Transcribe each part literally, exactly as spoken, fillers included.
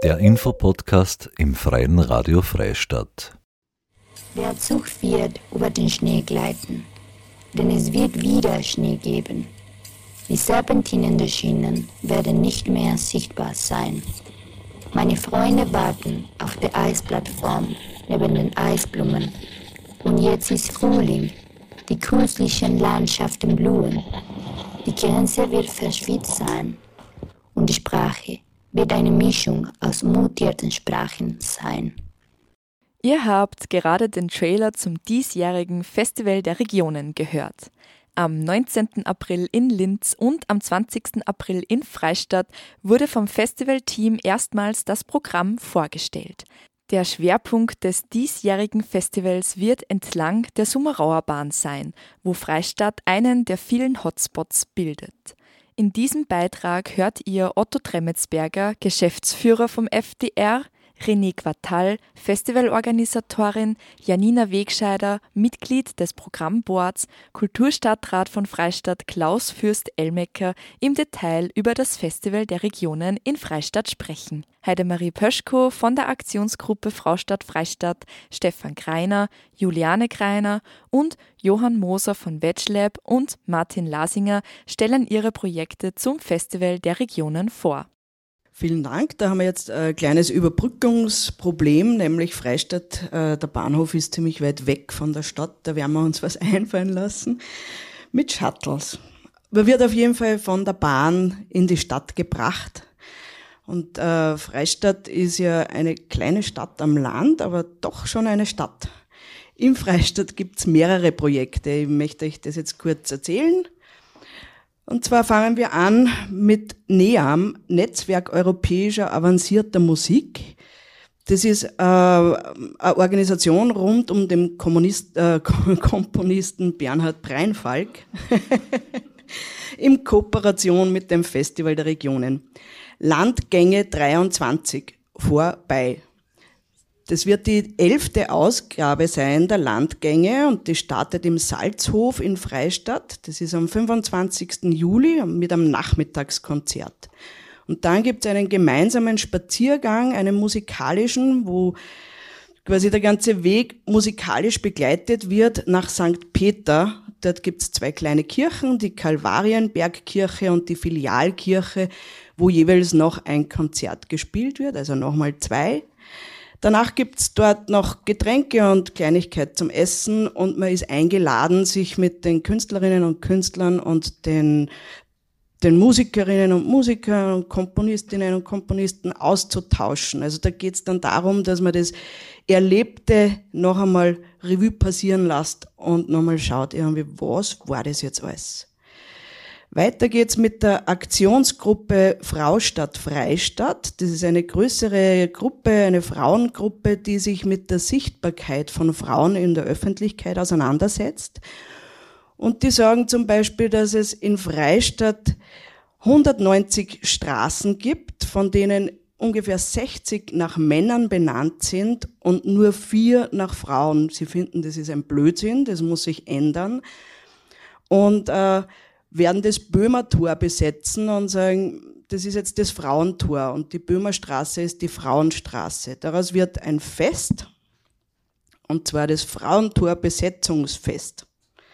Der Infopodcast im Freien Radio Freistadt. Der Zug wird über den Schnee gleiten, denn es wird wieder Schnee geben. Die serpentinenden Schienen werden nicht mehr sichtbar sein. Meine Freunde warten auf der Eisplattform neben den Eisblumen. Und jetzt ist Frühling, die künstlichen Landschaften blühen. Die Grenze wird verschwitzt sein und die Sprache wird eine Mischung aus mutierten Sprachen sein. Ihr habt gerade den Trailer zum diesjährigen Festival der Regionen gehört. Am neunzehnten April in Linz und am zwanzigsten April in Freistadt wurde vom Festivalteam erstmals das Programm vorgestellt. Der Schwerpunkt des diesjährigen Festivals wird entlang der Summerauer Bahn sein, wo Freistadt einen der vielen Hotspots bildet. In diesem Beitrag hört ihr Otto Tremetsberger, Geschäftsführer vom F D R, René Quartal, Festivalorganisatorin, Janina Wegscheider, Mitglied des Programmboards, Kulturstadtrat von Freistadt Klaus Fürst-Elmecker im Detail über das Festival der Regionen in Freistadt sprechen. Heidemarie Pöschko von der Aktionsgruppe Fraustadt Freistadt, Stefan Greiner, Juliane Greiner und Johann Moser von VegLab und Martin Lasinger stellen ihre Projekte zum Festival der Regionen vor. Vielen Dank. Da haben wir jetzt ein kleines Überbrückungsproblem, nämlich Freistadt, äh, der Bahnhof ist ziemlich weit weg von der Stadt, da werden wir uns was einfallen lassen. Mit Shuttles. Man wird auf jeden Fall von der Bahn in die Stadt gebracht. Und äh, Freistadt ist ja eine kleine Stadt am Land, aber doch schon eine Stadt. In Freistadt gibt's mehrere Projekte. Ich möchte euch das jetzt kurz erzählen. Und zwar fangen wir an mit NEAM, Netzwerk Europäischer Avancierter Musik. Das ist äh, eine Organisation rund um den Kommunist, äh, Komponisten Bernhard Breinfalk in Kooperation mit dem Festival der Regionen. Landgänge dreiundzwanzig, vorbei. Das wird die elfte Ausgabe sein der Landgänge und die startet im Salzhof in Freistadt. Das ist am fünfundzwanzigsten Juli mit einem Nachmittagskonzert. Und dann gibt es einen gemeinsamen Spaziergang, einen musikalischen, wo quasi der ganze Weg musikalisch begleitet wird nach Sankt Peter. Dort gibt es zwei kleine Kirchen, die Kalvarienbergkirche und die Filialkirche, wo jeweils noch ein Konzert gespielt wird, also nochmal zwei. Danach gibt's dort noch Getränke und Kleinigkeit zum Essen und man ist eingeladen, sich mit den Künstlerinnen und Künstlern und den, den Musikerinnen und Musikern und Komponistinnen und Komponisten auszutauschen. Also da geht's dann darum, dass man das Erlebte noch einmal Revue passieren lässt und nochmal schaut, irgendwie, was war das jetzt alles? Weiter geht's mit der Aktionsgruppe Fraustadt Freistadt. Das ist eine größere Gruppe, eine Frauengruppe, die sich mit der Sichtbarkeit von Frauen in der Öffentlichkeit auseinandersetzt. Und die sagen zum Beispiel, dass es in Freistadt hundertneunzig Straßen gibt, von denen ungefähr sechzig nach Männern benannt sind und nur vier nach Frauen. Sie finden, das ist ein Blödsinn, das muss sich ändern. Und äh, werden das Böhmertor besetzen und sagen, das ist jetzt das Frauentor und die Böhmerstraße ist die Frauenstraße. Daraus wird ein Fest, und zwar das Frauentor-Besetzungsfest.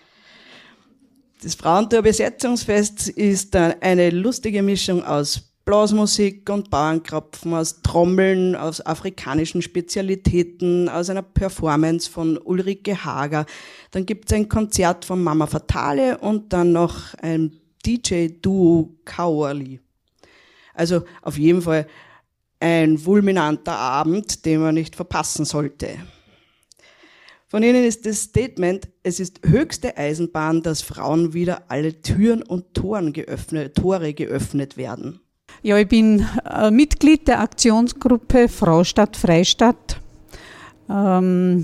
Das Frauentor-Besetzungsfest ist eine lustige Mischung aus Blasmusik und Bauernkrapfen, aus Trommeln, aus afrikanischen Spezialitäten, aus einer Performance von Ulrike Hager. Dann gibt es ein Konzert von Mama Fatale und dann noch ein D J-Duo Kauerli. Also auf jeden Fall ein fulminanter Abend, den man nicht verpassen sollte. Von ihnen ist das Statement, es ist höchste Eisenbahn, dass Frauen wieder alle Türen und Toren geöffnet, Tore geöffnet werden. Ja, ich bin äh, Mitglied der Aktionsgruppe Fraustadt Freistadt ähm,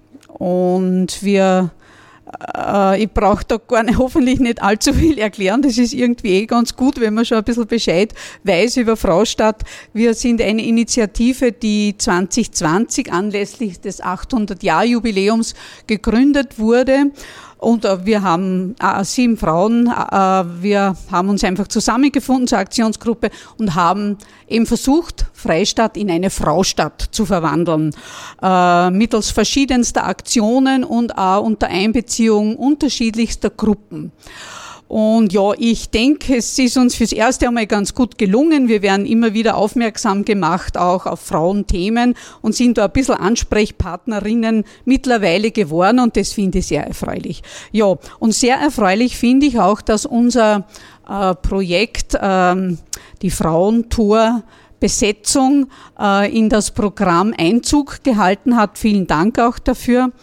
und wir, äh, ich brauche da gar nicht, hoffentlich nicht allzu viel erklären, das ist irgendwie eh ganz gut, wenn man schon ein bisschen Bescheid weiß über Fraustadt. Wir sind eine Initiative, die zwanzig zwanzig anlässlich des achthundert Jahr Jubiläums gegründet wurde. Und äh, wir haben äh, sieben Frauen, äh, wir haben uns einfach zusammengefunden zur Aktionsgruppe und haben eben versucht, Freistadt in eine Fraustadt zu verwandeln, äh, mittels verschiedenster Aktionen und auch unter Einbeziehung unterschiedlichster Gruppen. Und ja, ich denke, es ist uns fürs erste einmal ganz gut gelungen. Wir werden immer wieder aufmerksam gemacht, auch auf Frauenthemen, und sind da ein bisschen Ansprechpartnerinnen mittlerweile geworden, und das finde ich sehr erfreulich. Ja, und sehr erfreulich finde ich auch, dass unser äh, Projekt, ähm, die Frauentour Besetzung, äh, in das Programm Einzug gehalten hat. Vielen Dank auch dafür.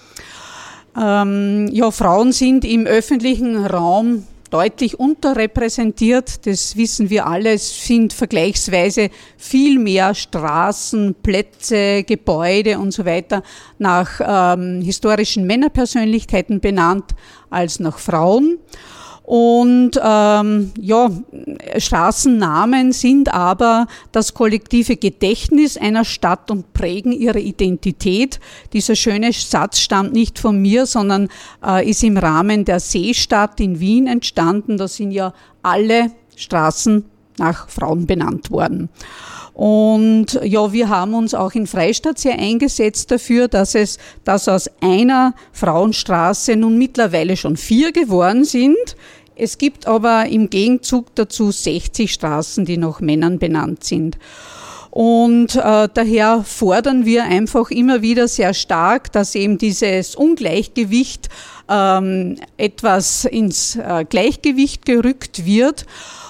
Ähm, ja, Frauen sind im öffentlichen Raum deutlich unterrepräsentiert, das wissen wir alle. Es sind vergleichsweise viel mehr Straßen, Plätze, Gebäude und so weiter nach ähm, historischen Männerpersönlichkeiten benannt als nach Frauen. Und ähm, ja, Straßennamen sind aber das kollektive Gedächtnis einer Stadt und prägen ihre Identität. Dieser schöne Satz stammt nicht von mir, sondern äh, ist im Rahmen der Seestadt in Wien entstanden. Da sind ja alle Straßen nach Frauen benannt worden. Und ja, wir haben uns auch in Freistadt sehr eingesetzt dafür, dass es, dass aus einer Frauenstraße nun mittlerweile schon vier geworden sind. Es gibt aber im Gegenzug dazu sechzig Straßen, die nach Männern benannt sind. Und äh, daher fordern wir einfach immer wieder sehr stark, dass eben dieses Ungleichgewicht ähm, etwas ins äh, Gleichgewicht gerückt wird.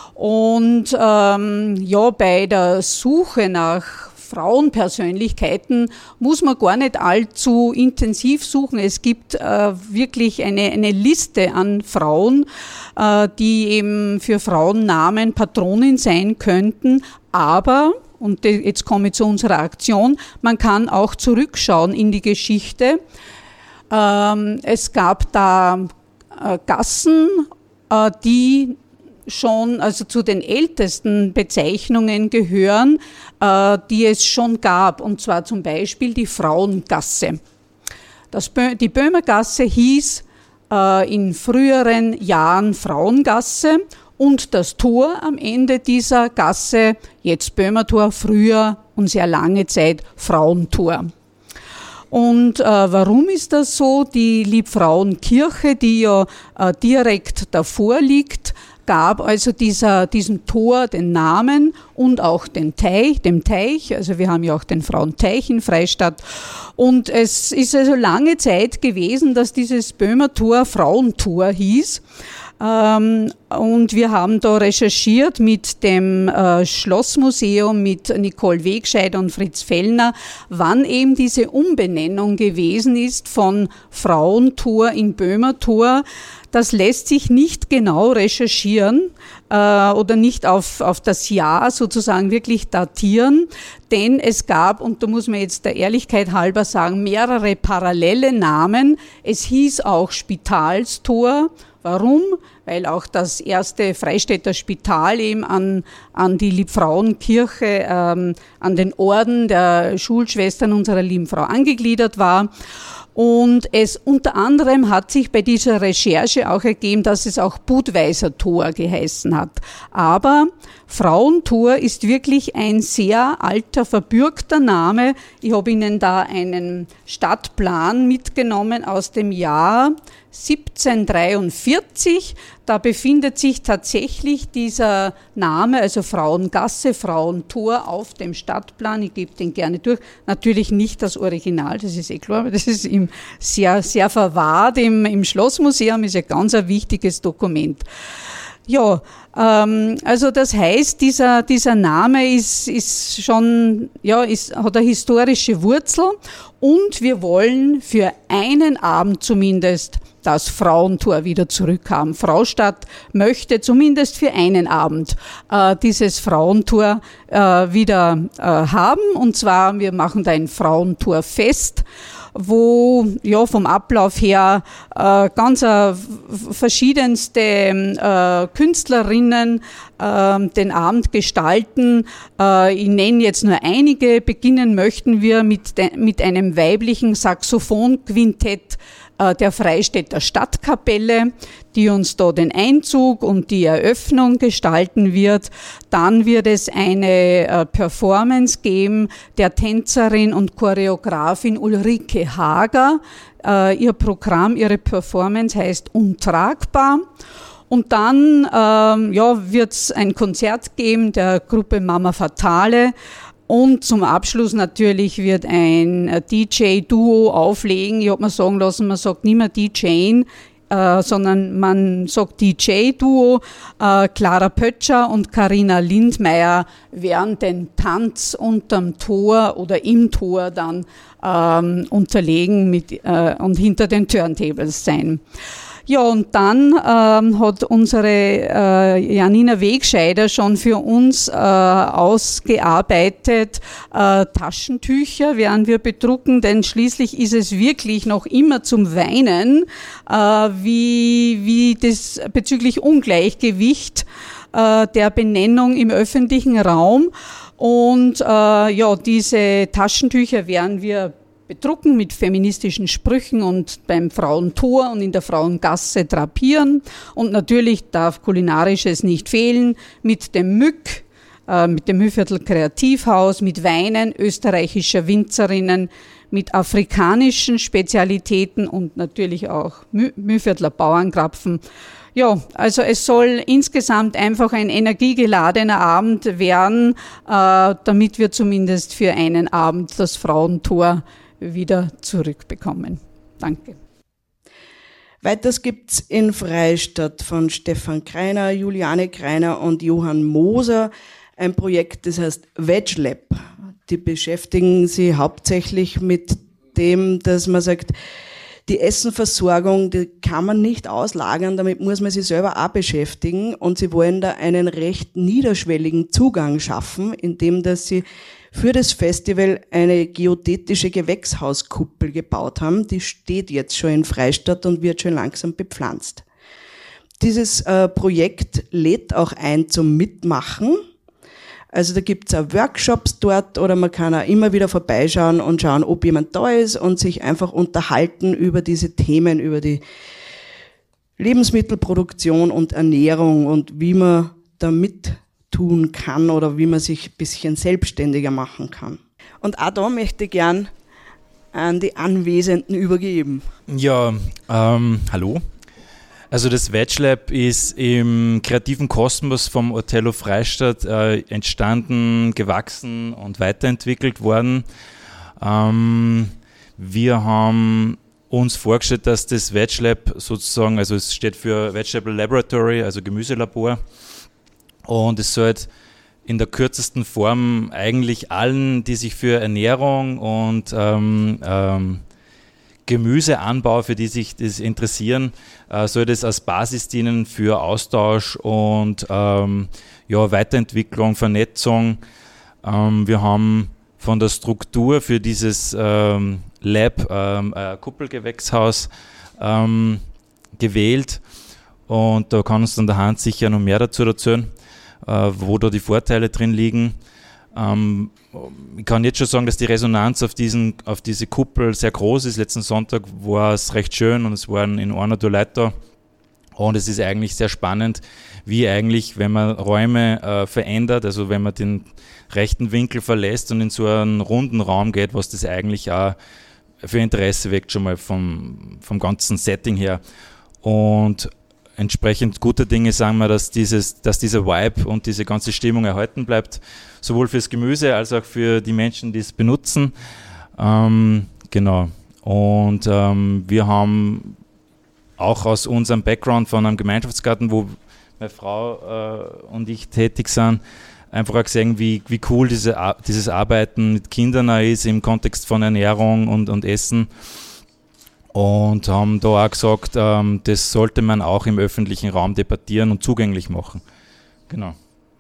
Und ähm, ja, bei der Suche nach Frauenpersönlichkeiten muss man gar nicht allzu intensiv suchen. Es gibt äh, wirklich eine, eine Liste an Frauen, äh, die eben für Frauennamen Patronin sein könnten. Aber, und jetzt komme ich zu unserer Aktion, man kann auch zurückschauen in die Geschichte. Ähm, es gab da äh, Gassen, äh, die schon also zu den ältesten Bezeichnungen gehören, äh, die es schon gab, und zwar zum Beispiel die Frauengasse. Das Bö- die Böhmergasse hieß äh, in früheren Jahren Frauengasse, und das Tor am Ende dieser Gasse, jetzt Böhmertor, früher und sehr lange Zeit Frauentor. Und äh, warum ist das so? Die Liebfrauenkirche, die ja äh, direkt davor liegt, gab also dieser, diesem Tor den Namen und auch den Teich, dem Teich. Also wir haben ja auch den Frauenteich in Freistadt. Und es ist also lange Zeit gewesen, dass dieses Böhmertor Frauentor hieß. Ähm, und wir haben da recherchiert mit dem äh, Schlossmuseum, mit Nicole Wegscheider und Fritz Fellner, wann eben diese Umbenennung gewesen ist von Frauentor in Böhmertor. Das lässt sich nicht genau recherchieren äh, oder nicht auf, auf das Jahr sozusagen wirklich datieren, denn es gab, und da muss man jetzt der Ehrlichkeit halber sagen, mehrere parallele Namen. Es hieß auch Spitalstor. Warum? Weil auch das erste Freistädter Spital eben an, an die Liebfrauenkirche, ähm, an den Orden der Schulschwestern unserer lieben Frau angegliedert war. Und es unter anderem hat sich bei dieser Recherche auch ergeben, dass es auch Budweiser Tor geheißen hat. Aber Frauentor ist wirklich ein sehr alter, verbürgter Name. Ich habe Ihnen da einen Stadtplan mitgenommen aus dem Jahr siebzehnhundertdreiundvierzig. Da befindet sich tatsächlich dieser Name, also Frauengasse, Frauentor, auf dem Stadtplan. Ich gebe den gerne durch. Natürlich nicht das Original, das ist eh klar, das ist im sehr, sehr verwahrt im, im Schlossmuseum, ist ja ganz ein wichtiges Dokument. Ja, ähm, also das heißt, dieser, dieser Name ist, ist schon, ja, ist, hat eine historische Wurzel, und wir wollen für einen Abend zumindest das Frauentor wieder zurückhaben. Fraustadt möchte zumindest für einen Abend äh, dieses Frauentor äh, wieder äh, haben, und zwar, wir machen da ein Frauentorfest, wo ja vom Ablauf her äh, ganz äh, verschiedenste äh, Künstlerinnen äh, den Abend gestalten. Äh, ich nenne jetzt nur einige. Beginnen möchten wir mit, de- mit einem weiblichen Saxophonquintett äh, der Freistädter Stadtkapelle, die uns da den Einzug und die Eröffnung gestalten wird. Dann wird es eine äh, Performance geben der Tänzerin und Choreografin Ulrike Hager. Äh, ihr Programm, ihre Performance heißt Untragbar. Und dann ähm, ja, wird es ein Konzert geben der Gruppe Mama Fatale. Und zum Abschluss natürlich wird ein D J-Duo auflegen. Ich habe mir sagen lassen, man sagt nicht mehr DJen, äh, sondern man sagt D J-Duo. Äh, Clara Pötscher und Carina Lindmeier werden den Tanz unterm Tor oder im Tor dann ähm, unterlegen mit, äh, und hinter den Turntables sein. Ja, und dann ähm, hat unsere äh, Janina Wegscheider schon für uns äh, ausgearbeitet. Äh, Taschentücher werden wir bedrucken, denn schließlich ist es wirklich noch immer zum Weinen, äh, wie, wie das bezüglich Ungleichgewicht äh, der Benennung im öffentlichen Raum. Und äh, ja, diese Taschentücher werden wir bedrucken mit feministischen Sprüchen und beim Frauentor und in der Frauengasse drapieren. Und natürlich darf Kulinarisches nicht fehlen mit dem Mück, äh, mit dem Mühlviertel Kreativhaus, mit Weinen österreichischer Winzerinnen, mit afrikanischen Spezialitäten und natürlich auch Mü- Mühlviertler Bauernkrapfen. Ja, also es soll insgesamt einfach ein energiegeladener Abend werden, äh, damit wir zumindest für einen Abend das Frauentor wieder zurückbekommen. Danke. Weiters gibt's in Freistadt von Stefan Kreiner, Juliane Kreiner und Johann Moser ein Projekt, das heißt Veg Lab. Die beschäftigen sich hauptsächlich mit dem, dass man sagt, die Essenversorgung, die kann man nicht auslagern, damit muss man sich selber auch beschäftigen, und sie wollen da einen recht niederschwelligen Zugang schaffen, indem dass sie für das Festival eine geodätische Gewächshauskuppel gebaut haben. Die steht jetzt schon in Freistadt und wird schon langsam bepflanzt. Dieses äh, Projekt lädt auch ein zum Mitmachen. Also da gibt's auch Workshops dort, oder man kann auch immer wieder vorbeischauen und schauen, ob jemand da ist und sich einfach unterhalten über diese Themen, über die Lebensmittelproduktion und Ernährung und wie man damit tun kann oder wie man sich ein bisschen selbstständiger machen kann. Und auch da möchte ich gern an die Anwesenden übergeben. Ja, ähm, hallo. Also das Veg Lab ist im kreativen Kosmos vom Othello Freistadt äh, entstanden, gewachsen und weiterentwickelt worden. Ähm, wir haben uns vorgestellt, dass das Veg Lab sozusagen, also es steht für Vegetable Laboratory, also Gemüselabor, und es soll halt in der kürzesten Form eigentlich allen, die sich für Ernährung und ähm, ähm, Gemüseanbau, für die sich das interessieren, äh, soll das als Basis dienen für Austausch und ähm, ja, Weiterentwicklung, Vernetzung. Ähm, wir haben von der Struktur für dieses ähm, Lab ähm, ein Kuppelgewächshaus ähm, gewählt, und da kann uns dann der Hans sicher noch mehr dazu erzählen, äh, wo da die Vorteile drin liegen. Ähm, ich kann jetzt schon sagen, dass die Resonanz auf, diesen, auf diese Kuppel sehr groß ist. Letzten Sonntag war es recht schön und es waren in einer der Leute da. Und es ist eigentlich sehr spannend, wie eigentlich, wenn man Räume äh, verändert, also wenn man den rechten Winkel verlässt und in so einen runden Raum geht, was das eigentlich auch für Interesse weckt, schon mal vom, vom ganzen Setting her. Und entsprechend gute Dinge sagen wir, dass, dieses, dass dieser Vibe und diese ganze Stimmung erhalten bleibt, sowohl fürs Gemüse als auch für die Menschen, die es benutzen. Ähm, genau. Und ähm, wir haben auch aus unserem Background von einem Gemeinschaftsgarten, wo meine Frau äh, und ich tätig sind, einfach auch gesehen, wie, wie cool diese, dieses Arbeiten mit Kindern auch ist im Kontext von Ernährung und, und Essen. Und haben da auch gesagt, ähm, das sollte man auch im öffentlichen Raum debattieren und zugänglich machen. Genau.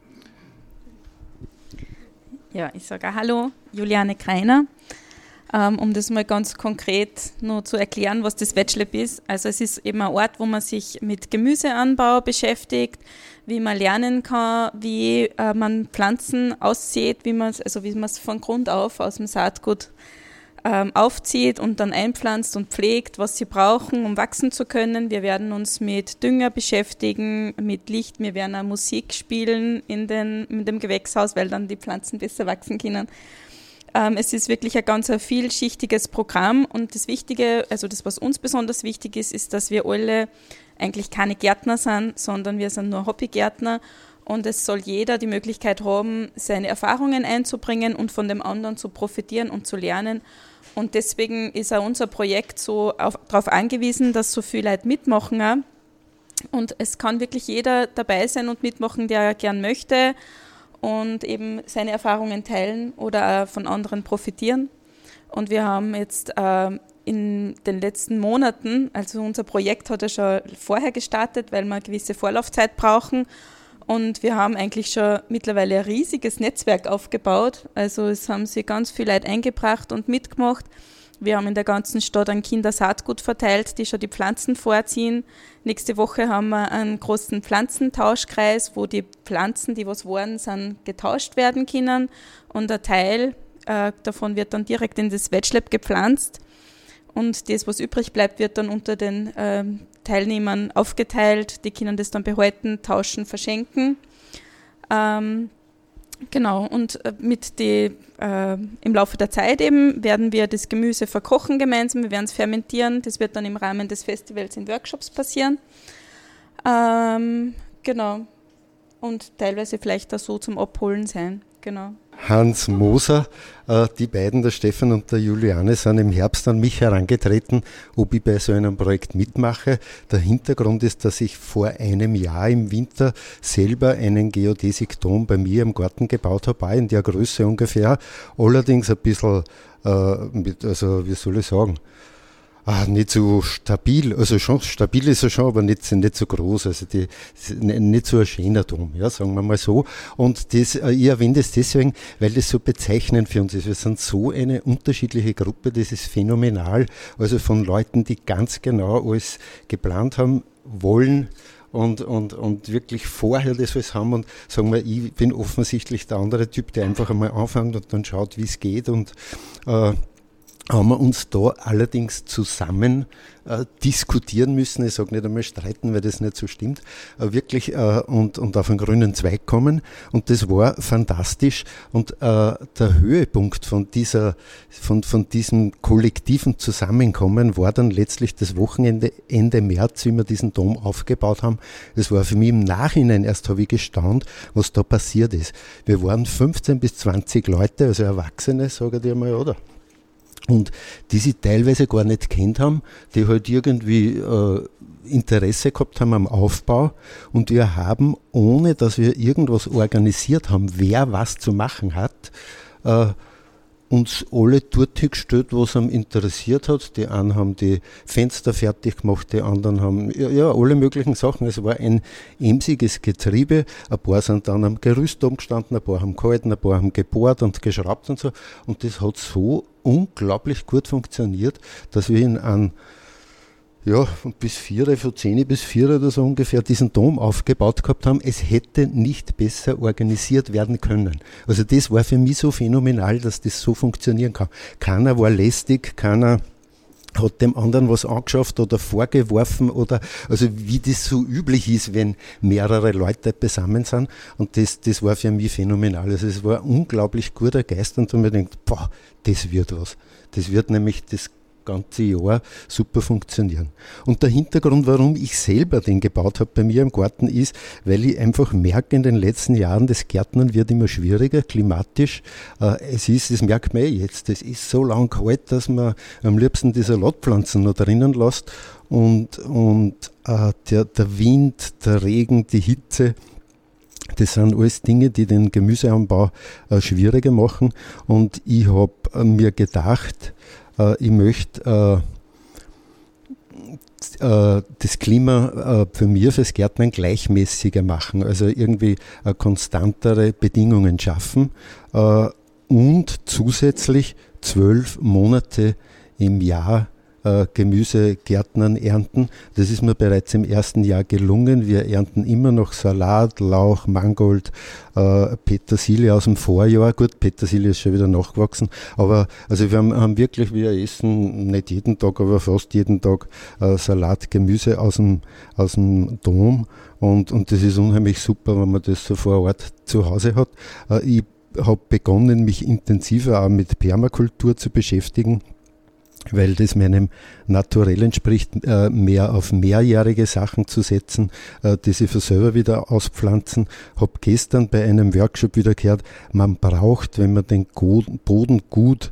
Ja, ich sage auch Hallo, Juliane Kreiner. Ähm, um das mal ganz konkret nur zu erklären, was das Veg Lab ist. Also es ist eben ein Ort, wo man sich mit Gemüseanbau beschäftigt, wie man lernen kann, wie äh, man Pflanzen aussät, wie man also wie man es von Grund auf aus dem Saatgut ähm, aufzieht und dann einpflanzt und pflegt, was sie brauchen, um wachsen zu können. Wir werden uns mit Dünger beschäftigen, mit Licht. Wir werden auch Musik spielen in, den, in dem Gewächshaus, weil dann die Pflanzen besser wachsen können. Ähm, es ist wirklich ein ganz ein vielschichtiges Programm und das Wichtige, also das, was uns besonders wichtig ist, ist, dass wir alle eigentlich keine Gärtner sind, sondern wir sind nur Hobbygärtner und es soll jeder die Möglichkeit haben, seine Erfahrungen einzubringen und von dem anderen zu profitieren und zu lernen. Und deswegen ist auch unser Projekt so auf, darauf angewiesen, dass so viele Leute mitmachen. Auch. Und es kann wirklich jeder dabei sein und mitmachen, der gern möchte und eben seine Erfahrungen teilen oder auch von anderen profitieren. Und wir haben jetzt äh, in den letzten Monaten, also unser Projekt hat ja schon vorher gestartet, weil wir eine gewisse Vorlaufzeit brauchen. Und wir haben eigentlich schon mittlerweile ein riesiges Netzwerk aufgebaut. Also es haben sich ganz viele Leute eingebracht und mitgemacht. Wir haben in der ganzen Stadt ein Kindersaatgut verteilt, die schon die Pflanzen vorziehen. Nächste Woche haben wir einen großen Pflanzentauschkreis, wo die Pflanzen, die was waren, sind, getauscht werden können. Und ein Teil äh, davon wird dann direkt in das Veg-Lab gepflanzt. Und das, was übrig bleibt, wird dann unter den äh, Teilnehmern aufgeteilt. Die können das dann behalten, tauschen, verschenken. Ähm, genau, und mit die, äh, im Laufe der Zeit eben werden wir das Gemüse verkochen gemeinsam, wir werden es fermentieren. Das wird dann im Rahmen des Festivals in Workshops passieren. Ähm, genau, und teilweise vielleicht auch so zum Abholen sein, genau. Hans Moser, äh, die beiden, der Stefan und der Juliane, sind im Herbst an mich herangetreten, ob ich bei so einem Projekt mitmache. Der Hintergrund ist, dass ich vor einem Jahr im Winter selber einen Geodäsikdom bei mir im Garten gebaut habe, auch in der Größe ungefähr, allerdings ein bisschen, äh, mit, also wie soll ich sagen, Ah, nicht so stabil, also schon stabil ist er schon, aber nicht, nicht so groß, also die, nicht so ein schöner Dom, ja, sagen wir mal so. Und das, ich erwähne das deswegen, weil das so bezeichnend für uns ist. Wir sind so eine unterschiedliche Gruppe, das ist phänomenal. Also von Leuten, die ganz genau alles geplant haben, wollen, Und, und, und wirklich vorher das alles haben und sagen wir, ich bin offensichtlich der andere Typ, der einfach einmal anfängt und dann schaut, wie es geht und äh, haben wir uns da allerdings zusammen äh, diskutieren müssen, ich sage nicht einmal streiten, weil das nicht so stimmt, äh, wirklich äh, und, und auf einen grünen Zweig kommen und das war fantastisch und äh, der Höhepunkt von dieser, von, von diesem kollektiven Zusammenkommen war dann letztlich das Wochenende Ende März, wie wir diesen Dom aufgebaut haben. Das war für mich im Nachhinein, erst habe ich gestaunt, was da passiert ist. Wir waren fünfzehn bis zwanzig Leute, also Erwachsene, sage ich dir mal, oder? Und die sie teilweise gar nicht kennt haben, die halt irgendwie äh, Interesse gehabt haben am Aufbau und wir haben, ohne dass wir irgendwas organisiert haben, wer was zu machen hat, äh, uns alle dort gestellt, was am interessiert hat. Die einen haben die Fenster fertig gemacht, die anderen haben ja, ja alle möglichen Sachen. Es war ein emsiges Getriebe. Ein paar sind dann am Gerüst umgestanden, ein paar haben gehalten, ein paar haben gebohrt und geschraubt und so. Und das hat so unglaublich gut funktioniert, dass wir in einem ja, bis vier, von zehn bis vier oder so ungefähr diesen Dom aufgebaut gehabt haben. Es hätte nicht besser organisiert werden können. Also das war für mich so phänomenal, dass das so funktionieren kann. Keiner war lästig, keiner hat dem anderen was angeschafft oder vorgeworfen oder, also wie das so üblich ist, wenn mehrere Leute beisammen sind. Und das, das war für mich phänomenal. Also es war unglaublich guter Geist und da habe ich gedacht, boah, das wird was. Das wird nämlich das ganze Jahr super funktionieren. Und der Hintergrund, warum ich selber den gebaut habe bei mir im Garten, ist, weil ich einfach merke, in den letzten Jahren, das Gärtnern wird immer schwieriger, klimatisch. Äh, es ist, das merkt man eh jetzt, es ist so lang kalt, dass man am liebsten die Salatpflanzen noch drinnen lässt und, und äh, der, der Wind, der Regen, die Hitze, das sind alles Dinge, die den Gemüseanbau äh, schwieriger machen. Und ich habe äh, mir gedacht, ich möchte äh, äh, das Klima äh, für mich fürs Gärtnern gleichmäßiger machen, also irgendwie äh, konstantere Bedingungen schaffen äh, und zusätzlich zwölf Monate im Jahr äh, Gemüsegärtnern ernten. Das ist mir bereits im ersten Jahr gelungen. Wir ernten immer noch Salat, Lauch, Mangold, äh, Petersilie aus dem Vorjahr. Gut, Petersilie ist schon wieder nachgewachsen, aber also wir haben, haben wirklich, wir essen nicht jeden Tag, aber fast jeden Tag äh, Salat, Gemüse aus dem, aus dem Dom und, und das ist unheimlich super, wenn man das so vor Ort zu Hause hat. Äh, ich habe begonnen, mich intensiver auch mit Permakultur zu beschäftigen, weil das meinem Naturell entspricht, mehr auf mehrjährige Sachen zu setzen, die sich für selber wieder auspflanzen. Habe gestern bei einem Workshop wieder gehört, man braucht, wenn man den Boden gut,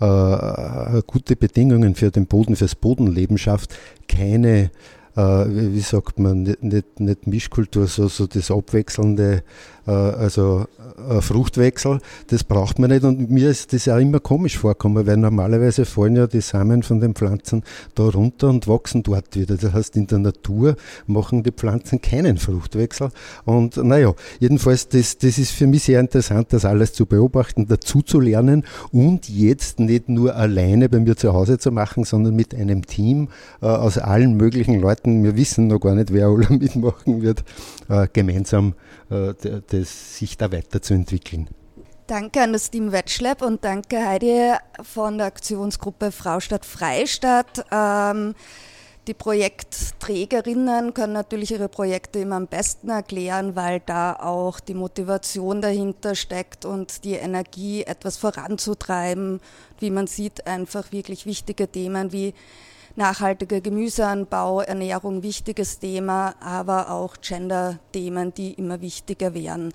äh, gute Bedingungen für den Boden, fürs Bodenleben schafft, keine wie sagt man, nicht, nicht, nicht Mischkultur, so, so das abwechselnde, äh, also äh, Fruchtwechsel, das braucht man nicht und mir ist das auch immer komisch vorgekommen, weil normalerweise fallen ja die Samen von den Pflanzen da runter und wachsen dort wieder. Das heißt, in der Natur machen die Pflanzen keinen Fruchtwechsel und naja, jedenfalls, das, das ist für mich sehr interessant, das alles zu beobachten, dazu zu lernen und jetzt nicht nur alleine bei mir zu Hause zu machen, sondern mit einem Team äh, aus allen möglichen Leuten. Wir wissen noch gar nicht, wer alle mitmachen wird, äh, gemeinsam äh, das, sich da weiterzuentwickeln. Danke an das Team Vetchlab und danke Heidi von der Aktionsgruppe Fraustadt Freistadt. Ähm, die Projektträgerinnen können natürlich ihre Projekte immer am besten erklären, weil da auch die Motivation dahinter steckt und die Energie, etwas voranzutreiben. Wie man sieht, einfach wirklich wichtige Themen wie nachhaltiger Gemüseanbau, Ernährung, wichtiges Thema, aber auch Gender-Themen, die immer wichtiger werden.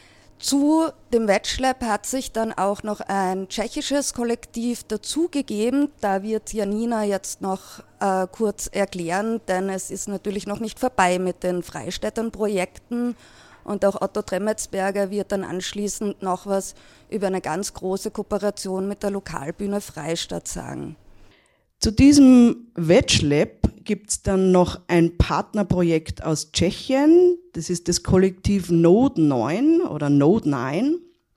Zu dem Vetchlab hat sich dann auch noch ein tschechisches Kollektiv dazugegeben. Da wird Janina jetzt noch äh, kurz erklären, denn es ist natürlich noch nicht vorbei mit den Freistädtern-Projekten. Und auch Otto Tremetsberger wird dann anschließend noch was über eine ganz große Kooperation mit der Lokalbühne Freistadt sagen. Zu diesem Vetchlab gibt es dann noch ein Partnerprojekt aus Tschechien. Das ist das Kollektiv Node neun oder Node neun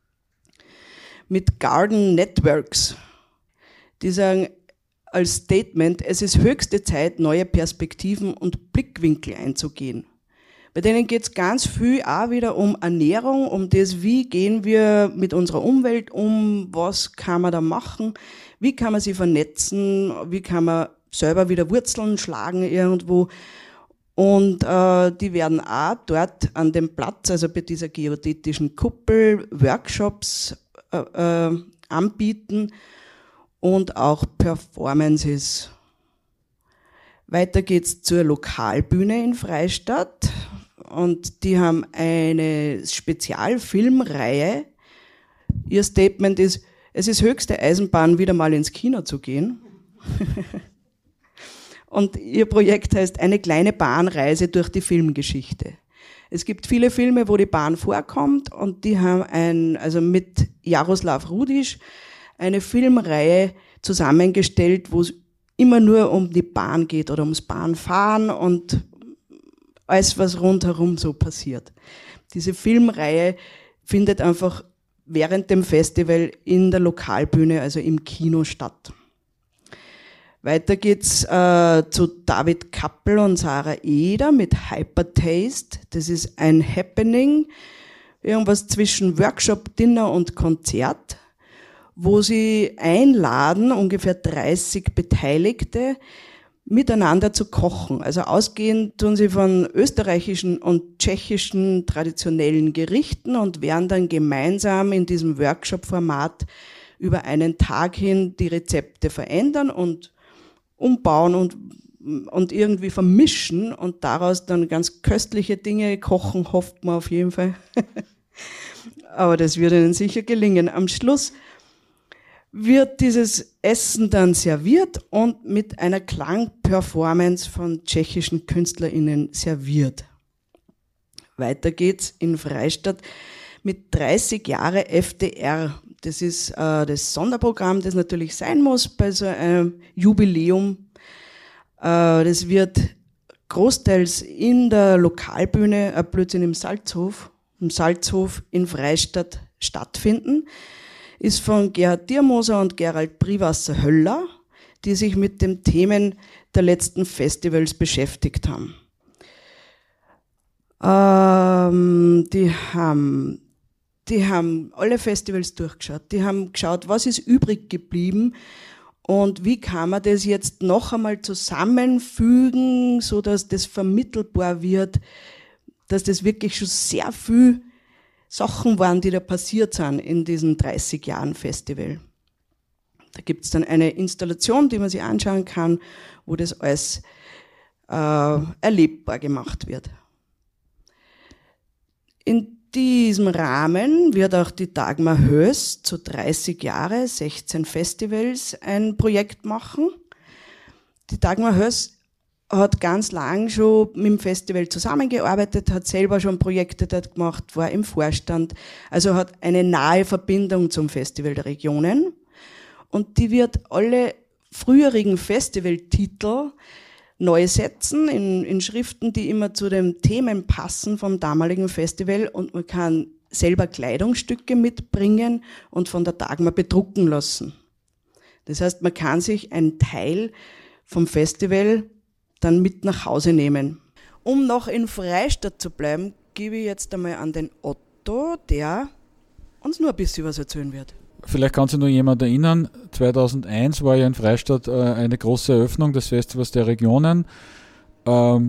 mit Garden Networks. Die sagen als Statement, es ist höchste Zeit, neue Perspektiven und Blickwinkel einzugehen. Bei denen geht es ganz viel auch wieder um Ernährung, um das, wie gehen wir mit unserer Umwelt um, was kann man da machen, wie kann man sie vernetzen, wie kann man selber wieder Wurzeln schlagen irgendwo. Und äh, die werden auch dort an dem Platz, also bei dieser geodätischen Kuppel, Workshops äh, äh, anbieten und auch Performances. Weiter geht's zur Lokalbühne in Freistadt. Und die haben eine Spezialfilmreihe. Ihr Statement ist, es ist höchste Eisenbahn, wieder mal ins Kino zu gehen. Und ihr Projekt heißt eine kleine Bahnreise durch die Filmgeschichte. Es gibt viele Filme, wo die Bahn vorkommt und die haben ein, also mit Jaroslav Rudisch eine Filmreihe zusammengestellt, wo es immer nur um die Bahn geht oder ums Bahnfahren und alles, was rundherum so passiert. Diese Filmreihe findet einfach während dem Festival in der Lokalbühne, also im Kino statt. Weiter geht's äh, zu David Kappel und Sarah Eder mit Hypertaste. Das ist ein Happening, irgendwas zwischen Workshop, Dinner und Konzert, wo sie einladen, ungefähr dreißig Beteiligte, miteinander zu kochen. Also ausgehend tun sie von österreichischen und tschechischen traditionellen Gerichten und werden dann gemeinsam in diesem Workshop-Format über einen Tag hin die Rezepte verändern und umbauen und, und irgendwie vermischen und daraus dann ganz köstliche Dinge kochen, hofft man auf jeden Fall. Aber das wird ihnen sicher gelingen. Am Schluss wird dieses Essen dann serviert und mit einer Klangperformance von tschechischen KünstlerInnen serviert. Weiter geht's in Freistadt mit dreißig Jahre F D R. Das ist äh, das Sonderprogramm, das natürlich sein muss bei so einem Jubiläum. Äh, das wird großteils in der Lokalbühne, äh, Blödsinn im Salzhof, im Salzhof in Freistadt stattfinden. Ist von Gerhard Diermoser und Gerald Priwasser-Höller. die sich mit den Themen der letzten Festivals beschäftigt haben. Ähm, die haben, die haben alle Festivals durchgeschaut. Die haben geschaut, was ist übrig geblieben und wie kann man das jetzt noch einmal zusammenfügen, so dass das vermittelbar wird, dass das wirklich schon sehr viel Sachen waren, die da passiert sind in diesen dreißig Jahren Festival. Da gibt es dann eine Installation, die man sich anschauen kann, wo das alles äh, erlebbar gemacht wird. In diesem Rahmen wird auch die Dagmar Höß zu dreißig Jahre, sechzehn Festivals ein Projekt machen. Die Dagmar Höß hat ganz lang schon mit dem Festival zusammengearbeitet, hat selber schon Projekte dort gemacht, war im Vorstand, also hat eine nahe Verbindung zum Festival der Regionen. Und die wird alle früherigen Festivaltitel neu setzen in, in Schriften, die immer zu den Themen passen vom damaligen Festival, und man kann selber Kleidungsstücke mitbringen und von der Dagmar bedrucken lassen. Das heißt, man kann sich einen Teil vom Festival dann mit nach Hause nehmen. Um noch in Freistadt zu bleiben, gebe ich jetzt einmal an den Otto, der uns nur ein bisschen was erzählen wird. Vielleicht kann sich nur jemand erinnern, zweitausendeins war ja in Freistadt äh, eine große Eröffnung des Festivals der Regionen. Ähm,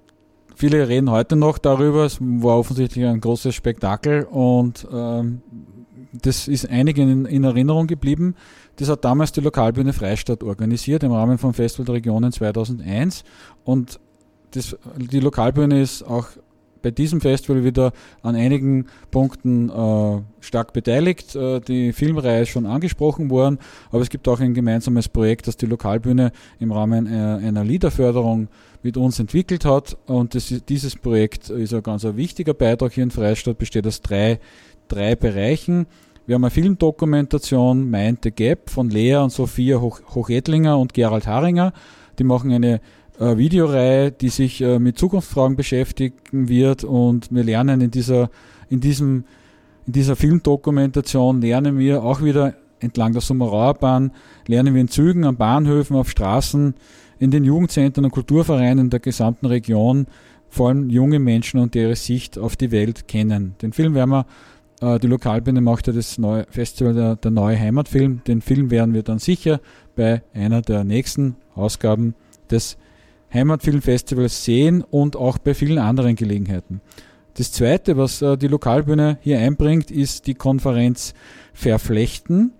viele reden heute noch darüber, es war offensichtlich ein großes Spektakel und ähm, das ist einigen in, in Erinnerung geblieben. Das hat damals die Lokalbühne Freistadt organisiert im Rahmen vom Festival der Regionen zweitausendeins, und das, die Lokalbühne ist auch bei diesem Festival wieder an einigen Punkten äh, stark beteiligt. Äh, die Filmreihe ist schon angesprochen worden, aber es gibt auch ein gemeinsames Projekt, das die Lokalbühne im Rahmen äh, einer Liederförderung mit uns entwickelt hat, und das, dieses Projekt ist ein ganz ein wichtiger Beitrag hier in Freistadt, besteht aus drei, drei Bereichen. Wir haben eine Filmdokumentation Mind the Gap von Lea und Sophia Hoch- Hochedlinger und Gerald Haringer. Die machen eine äh, Videoreihe, die sich äh, mit Zukunftsfragen beschäftigen wird, und wir lernen in dieser, in diesem, in dieser Filmdokumentation lernen wir auch wieder entlang der Summerauer Bahn, lernen wir in Zügen, an Bahnhöfen, auf Straßen, in den Jugendzentren und Kulturvereinen der gesamten Region, vor allem junge Menschen und ihre Sicht auf die Welt kennen. Den Film werden wir Die Lokalbühne macht ja das neue Festival der, der neue Heimatfilm. Den Film werden wir dann sicher bei einer der nächsten Ausgaben des Heimatfilmfestivals sehen und auch bei vielen anderen Gelegenheiten. Das Zweite, was äh, die Lokalbühne hier einbringt, ist die Konferenz Verflechten.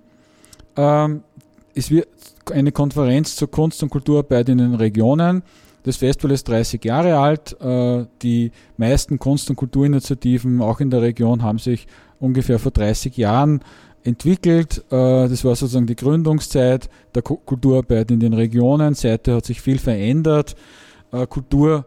Ähm, es wird eine Konferenz zur Kunst- und Kulturarbeit in den Regionen. Das Festival ist dreißig Jahre alt. Äh, die meisten Kunst- und Kulturinitiativen, auch in der Region, haben sich ungefähr vor dreißig Jahren entwickelt. Äh, das war sozusagen die Gründungszeit der Ku- Kulturarbeit in den Regionen. Seither hat sich viel verändert. Äh, Kultur,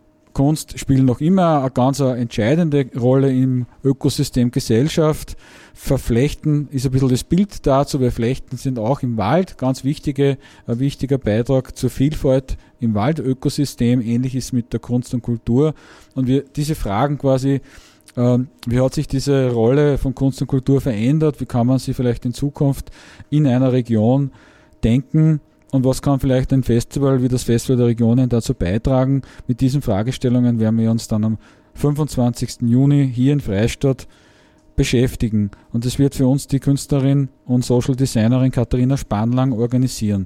Kunst spielen noch immer eine ganz entscheidende Rolle im Ökosystem Gesellschaft. Verflechten ist ein bisschen das Bild dazu, weil Flechten sind auch im Wald ganz wichtige, ein wichtiger Beitrag zur Vielfalt im Waldökosystem. Ähnlich ist mit der Kunst und Kultur. Und wir diese Fragen quasi, äh, wie hat sich diese Rolle von Kunst und Kultur verändert? Wie kann man sie vielleicht in Zukunft in einer Region denken? Und was kann vielleicht ein Festival wie das Festival der Regionen dazu beitragen? Mit diesen Fragestellungen werden wir uns dann am fünfundzwanzigsten Juni hier in Freistadt beschäftigen. Und das wird für uns die Künstlerin und Social Designerin Katharina Spanlang organisieren.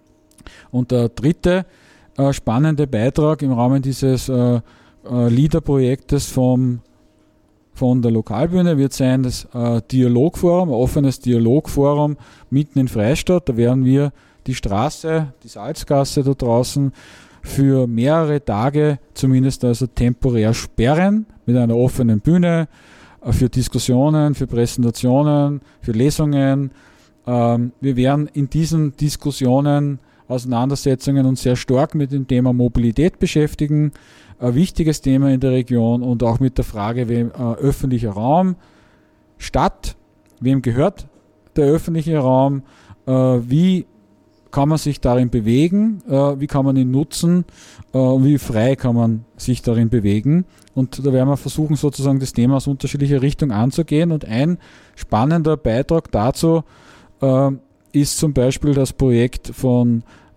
Und der dritte äh, spannende Beitrag im Rahmen dieses äh, äh, Liederprojektes vom von der Lokalbühne wird sein das äh, Dialogforum, ein offenes Dialogforum mitten in Freistadt. Da werden wir die Straße, die Salzgasse da draußen für mehrere Tage zumindest also temporär sperren mit einer offenen Bühne für Diskussionen, für Präsentationen, für Lesungen. Ähm, wir werden in diesen Diskussionen, Auseinandersetzungen uns sehr stark mit dem Thema Mobilität beschäftigen, ein wichtiges Thema in der Region, und auch mit der Frage, wem äh, öffentlicher Raum, Stadt, wem gehört der öffentliche Raum, äh, wie kann man sich darin bewegen, äh, wie kann man ihn nutzen, äh, wie frei kann man sich darin bewegen. Und da werden wir versuchen, sozusagen das Thema aus unterschiedlicher Richtung anzugehen. Und ein spannender Beitrag dazu äh, ist zum Beispiel das Projekt von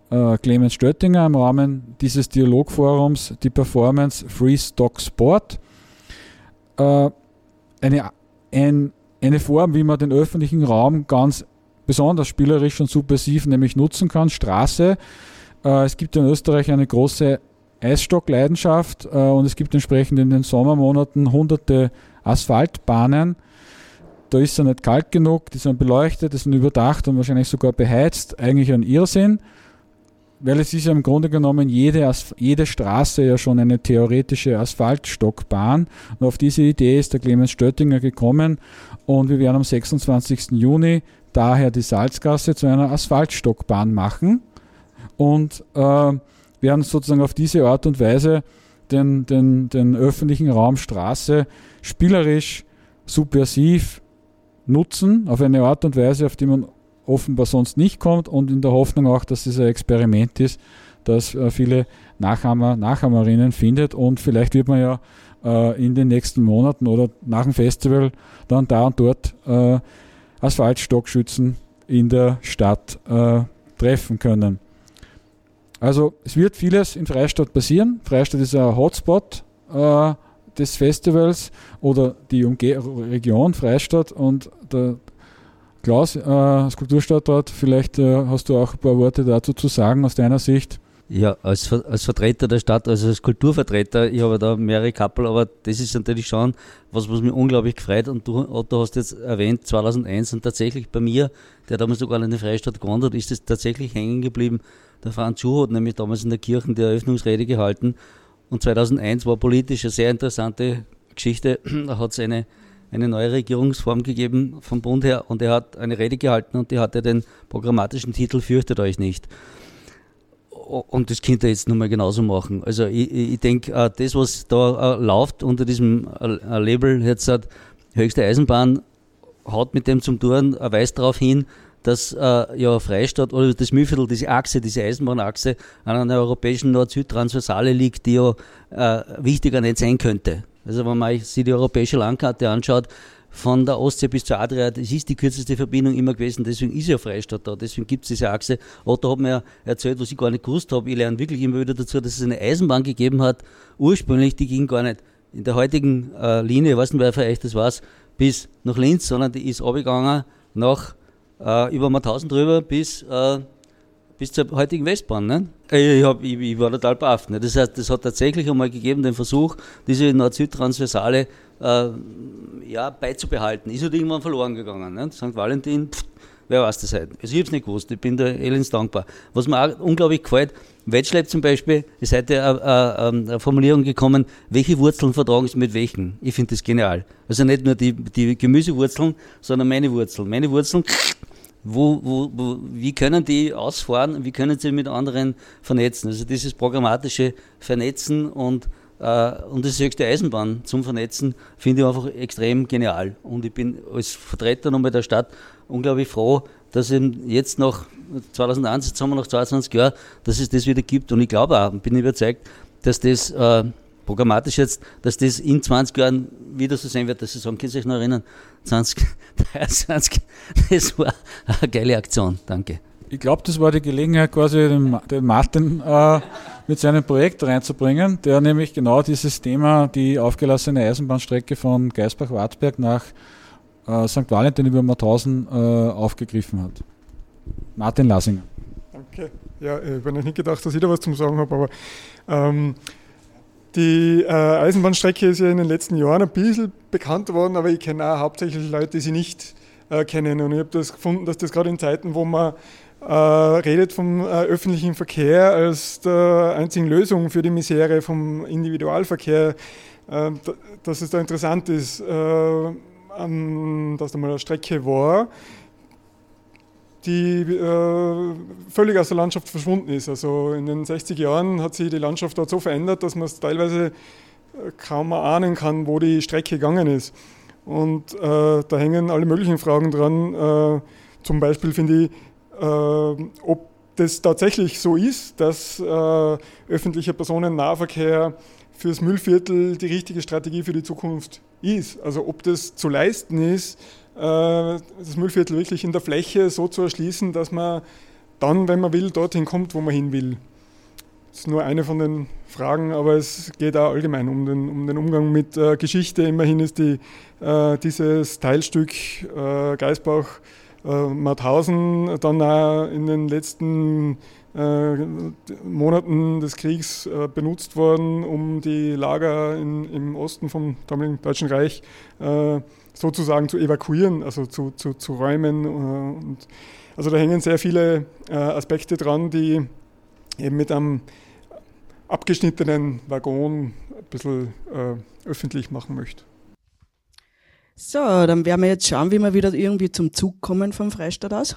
äh, Clemens Stöttinger im Rahmen dieses Dialogforums die Performance Free Stock Sport. Äh, eine, ein, eine Form, wie man den öffentlichen Raum ganz besonders spielerisch und subversiv nämlich nutzen kann, Straße. Äh, es gibt in Österreich eine große Eisstockleidenschaft äh, und es gibt entsprechend in den Sommermonaten hunderte Asphaltbahnen. Da ist es nicht kalt genug, die sind beleuchtet, die sind überdacht und wahrscheinlich sogar beheizt. Eigentlich ein Irrsinn, weil es ist ja im Grunde genommen jede, jede Straße ja schon eine theoretische Asphaltstockbahn. Und auf diese Idee ist der Clemens Stöttinger gekommen und wir werden am sechsundzwanzigsten Juni daher die Salzgasse zu einer Asphaltstockbahn machen und äh, werden sozusagen auf diese Art und Weise den, den, den öffentlichen Raum Straße spielerisch, subversiv nutzen, auf eine Art und Weise, auf die man offenbar sonst nicht kommt und in der Hoffnung auch, dass es ein Experiment ist, das äh, viele Nachahmer, Nachahmerinnen findet und vielleicht wird man ja äh, in den nächsten Monaten oder nach dem Festival dann da und dort äh, Asphaltstockschützen in der Stadt äh, treffen können. Also es wird vieles in Freistadt passieren. Freistadt ist ein Hotspot äh, des Festivals oder die Umge- Region Freistadt und der Klaus, äh, als Kulturstadtrat, vielleicht äh, hast du auch ein paar Worte dazu zu sagen aus deiner Sicht. Ja, als, als Vertreter der Stadt, also als Kulturvertreter, ich habe da mehrere Kappel, aber das ist natürlich schon was, was mich unglaublich gefreut und du, Otto, hast jetzt erwähnt, zweitausendeins und tatsächlich bei mir, der damals sogar in der Freistadt gewohnt hat, ist es tatsächlich hängen geblieben. Der Franz Schuh hat nämlich damals in der Kirche die Eröffnungsrede gehalten und zweitausendeins war politisch eine sehr interessante Geschichte. Da hat es eine, eine neue Regierungsform gegeben vom Bund her und er hat eine Rede gehalten und die hatte den programmatischen Titel Fürchtet euch nicht. Und das könnt ihr jetzt nochmal genauso machen. Also ich, ich denke, das, was da läuft unter diesem Label jetzt hat, höchste Eisenbahn, hat mit dem zum tun, weist darauf hin, dass äh, ja Freistadt oder das Mühlviertel, diese Achse, diese Eisenbahnachse an einer europäischen Nord-Süd-Transversale liegt, die ja äh, wichtiger nicht sein könnte. Also wenn man sich die europäische Landkarte anschaut, von der Ostsee bis zur Adria, das ist die kürzeste Verbindung immer gewesen, deswegen ist ja Freistadt da, deswegen gibt es diese Achse. Otto hat mir ja erzählt, was ich gar nicht gewusst habe, ich lerne wirklich immer wieder dazu, dass es eine Eisenbahn gegeben hat, ursprünglich, die ging gar nicht in der heutigen äh, Linie, ich weiß nicht, wer für euch das weiß, bis nach Linz, sondern die ist runtergegangen nach Uh, über Mauthausen drüber bis, uh, bis zur heutigen Westbahn. Ne? Ich, hab, ich, ich war total baff. Ne? Das heißt, das hat tatsächlich einmal gegeben, den Versuch, diese Nord-Süd-Transversale uh, ja, beizubehalten. Ist halt irgendwann verloren gegangen. Ne? Sankt Valentin, pff, wer weiß das heute? Also ich habe es nicht gewusst, ich bin da elends dankbar. Was mir auch unglaublich gefällt, Wettschlepp zum Beispiel, ist heute eine, eine Formulierung gekommen, welche Wurzeln vertragen sie mit welchen. Ich finde das genial. Also nicht nur die, die Gemüsewurzeln, sondern meine Wurzeln. Meine Wurzeln, wo, wo, wo, wie können die ausfahren, wie können sie mit anderen vernetzen. Also dieses programmatische Vernetzen und, äh, und das höchste Eisenbahn zum Vernetzen finde ich einfach extrem genial. Und ich bin als Vertreter nochmal der Stadt unglaublich froh, dass eben jetzt nach zweitausendeins, jetzt haben wir noch zweiundzwanzig Jahre, dass es das wieder gibt. Und ich glaube auch, bin überzeugt, dass das äh, programmatisch jetzt, dass das in zwanzig Jahren wieder so sein wird, dass Sie sagen, können Sie sich noch erinnern, zwanzig dreiundzwanzig, das war eine geile Aktion. Danke. Ich glaube, das war die Gelegenheit, quasi den, den Martin äh, mit seinem Projekt reinzubringen, der nämlich genau dieses Thema, die aufgelassene Eisenbahnstrecke von Geisbach-Wartberg nach äh, Sankt Valentin über Mauthausen äh, aufgegriffen hat. Martin Lasinger. Danke. Ja, ich habe nicht gedacht, dass ich da was zum Sagen habe, aber ähm, die äh, Eisenbahnstrecke ist ja in den letzten Jahren ein bisschen bekannt worden, aber ich kenne auch hauptsächlich Leute, die sie nicht äh, kennen. Und ich habe das gefunden, dass das gerade in Zeiten, wo man äh, redet vom äh, öffentlichen Verkehr als der einzigen Lösung für die Misere vom Individualverkehr, äh, dass es da interessant ist, äh, an, dass da mal eine Strecke war, die äh, völlig aus der Landschaft verschwunden ist. Also in den sechzig Jahren hat sich die Landschaft dort so verändert, dass man es teilweise kaum erahnen kann, wo die Strecke gegangen ist. Und äh, da hängen alle möglichen Fragen dran. Äh, zum Beispiel finde ich, äh, ob das tatsächlich so ist, dass äh, öffentlicher Personennahverkehr fürs Mühlviertel die richtige Strategie für die Zukunft ist. Also ob das zu leisten ist, das Mühlviertel wirklich in der Fläche so zu erschließen, dass man dann, wenn man will, dorthin kommt, wo man hin will. Das ist nur eine von den Fragen, aber es geht auch allgemein um den, um den Umgang mit äh, Geschichte. Immerhin ist die, äh, dieses Teilstück äh, Geisbach äh, Mauthausen dann auch in den letzten äh, Monaten des Kriegs äh, benutzt worden, um die Lager in, im Osten vom damaligen Deutschen Reich äh, sozusagen zu evakuieren, also zu, zu, zu räumen. Äh, und also da hängen sehr viele äh, Aspekte dran, die eben mit einem abgeschnittenen Waggon ein bisschen äh, öffentlich machen möchte. So, dann werden wir jetzt schauen, wie wir wieder irgendwie zum Zug kommen vom Freistaat aus.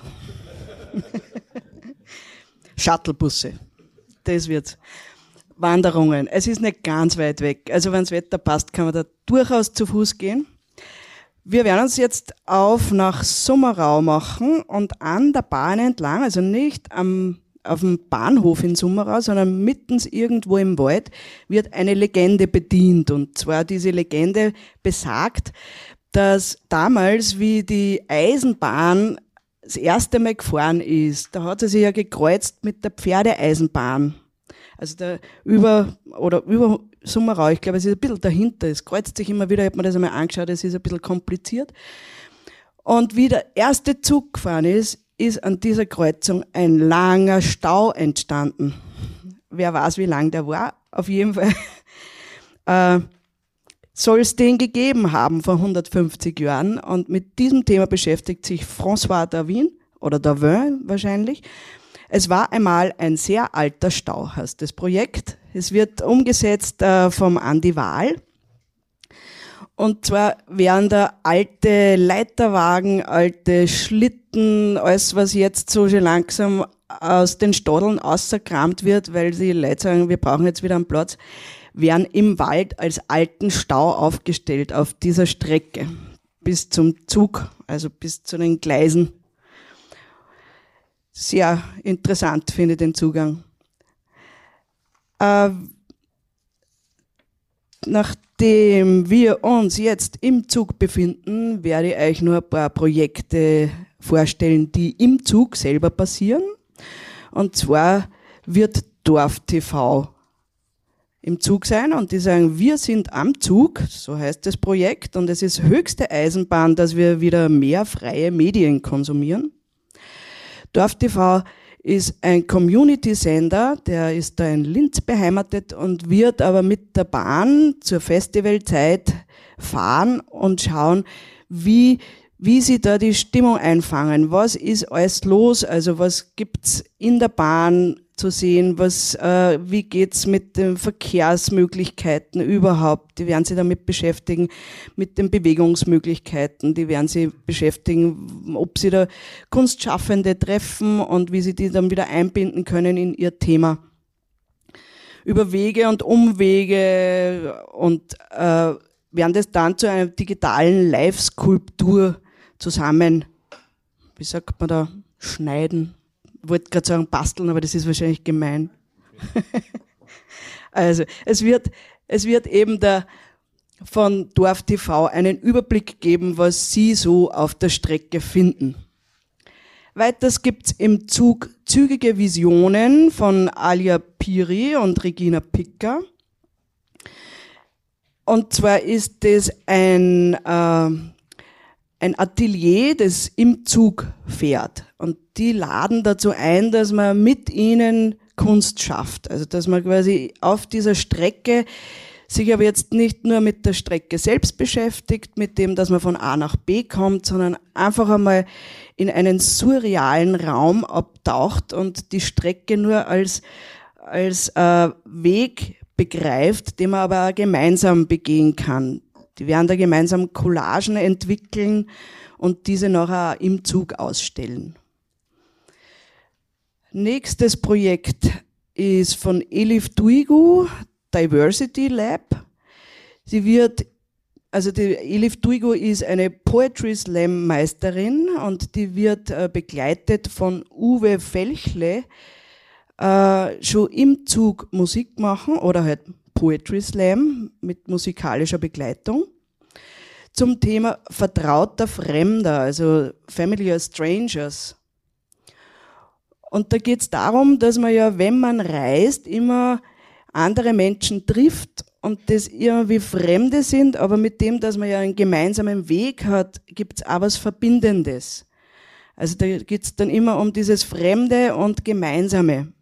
Shuttlebusse, das wird's. Wanderungen, es ist nicht ganz weit weg. Also wenn das Wetter passt, kann man da durchaus zu Fuß gehen. Wir werden uns jetzt auf nach Summerau machen und an der Bahn entlang, also nicht am auf dem Bahnhof in Summerau, sondern mittens irgendwo im Wald wird eine Legende bedient. Und zwar diese Legende besagt, dass damals, wie die Eisenbahn das erste Mal gefahren ist, da hat sie sich ja gekreuzt mit der Pferdeeisenbahn. Also da über, oder über Summerau, ich glaube, es ist ein bisschen dahinter, es kreuzt sich immer wieder, ich habe mir das einmal angeschaut, es ist ein bisschen kompliziert. Und wie der erste Zug gefahren ist, ist an dieser Kreuzung ein langer Stau entstanden. Wer weiß, wie lang der war. Auf jeden Fall äh, soll es den gegeben haben vor hundertfünfzig Jahren. Und mit diesem Thema beschäftigt sich François Darwin, oder Darwin wahrscheinlich. Es war einmal ein sehr alter Stau, heißt das Projekt. Es wird umgesetzt äh, vom Andi Wahl. Und zwar werden da alte Leiterwagen, alte Schlitten, alles was jetzt so schon langsam aus den Stadeln rausgekramt wird, weil die Leute sagen, wir brauchen jetzt wieder einen Platz, werden im Wald als alten Stau aufgestellt auf dieser Strecke bis zum Zug, also bis zu den Gleisen. Sehr interessant finde ich den Zugang. Äh, Nachdem wir uns jetzt im Zug befinden, werde ich euch nur ein paar Projekte vorstellen, die im Zug selber passieren. Und zwar wird Dorf T V im Zug sein und die sagen, wir sind am Zug, so heißt das Projekt, und es ist höchste Eisenbahn, dass wir wieder mehr freie Medien konsumieren. Dorf T V ist ein Community-Sender, der ist da in Linz beheimatet und wird aber mit der Bahn zur Festivalzeit fahren und schauen, wie, wie sie da die Stimmung einfangen. Was ist alles los? Also was gibt's in der Bahn zu sehen? Was, äh, wie geht's mit den Verkehrsmöglichkeiten überhaupt? Die werden sich damit beschäftigen, mit den Bewegungsmöglichkeiten. Die werden sich beschäftigen, ob sie da Kunstschaffende treffen und wie sie die dann wieder einbinden können in ihr Thema. Über Wege und Umwege und äh, werden das dann zu einer digitalen Live-Skulptur zusammen, wie sagt man da, schneiden. Ich wollte gerade sagen basteln, aber das ist wahrscheinlich gemein. Also es wird, es wird eben der, von Dorf T V einen Überblick geben, was Sie so auf der Strecke finden. Weiters gibt's im Zug Zügige Visionen von Alia Piri und Regina Picker. Und zwar ist das ein, äh, ein Atelier, das im Zug fährt. Und die laden dazu ein, dass man mit ihnen Kunst schafft. Also dass man quasi auf dieser Strecke sich aber jetzt nicht nur mit der Strecke selbst beschäftigt, mit dem, dass man von A nach B kommt, sondern einfach einmal in einen surrealen Raum abtaucht und die Strecke nur als, als äh, Weg begreift, den man aber auch gemeinsam begehen kann. Die werden da gemeinsam Collagen entwickeln und diese nachher im Zug ausstellen. Nächstes Projekt ist von Elif Duigu, Diversity Lab. Sie wird, also die Elif Duigu ist eine Poetry Slam Meisterin und die wird äh, begleitet von Uwe Felchle, äh, schon im Zug Musik machen oder halt Poetry Slam mit musikalischer Begleitung zum Thema vertrauter Fremder, also Familiar Strangers. Und da geht es darum, dass man ja, wenn man reist, immer andere Menschen trifft und das irgendwie Fremde sind, aber mit dem, dass man ja einen gemeinsamen Weg hat, gibt es auch was Verbindendes. Also da geht es dann immer um dieses Fremde und Gemeinsame.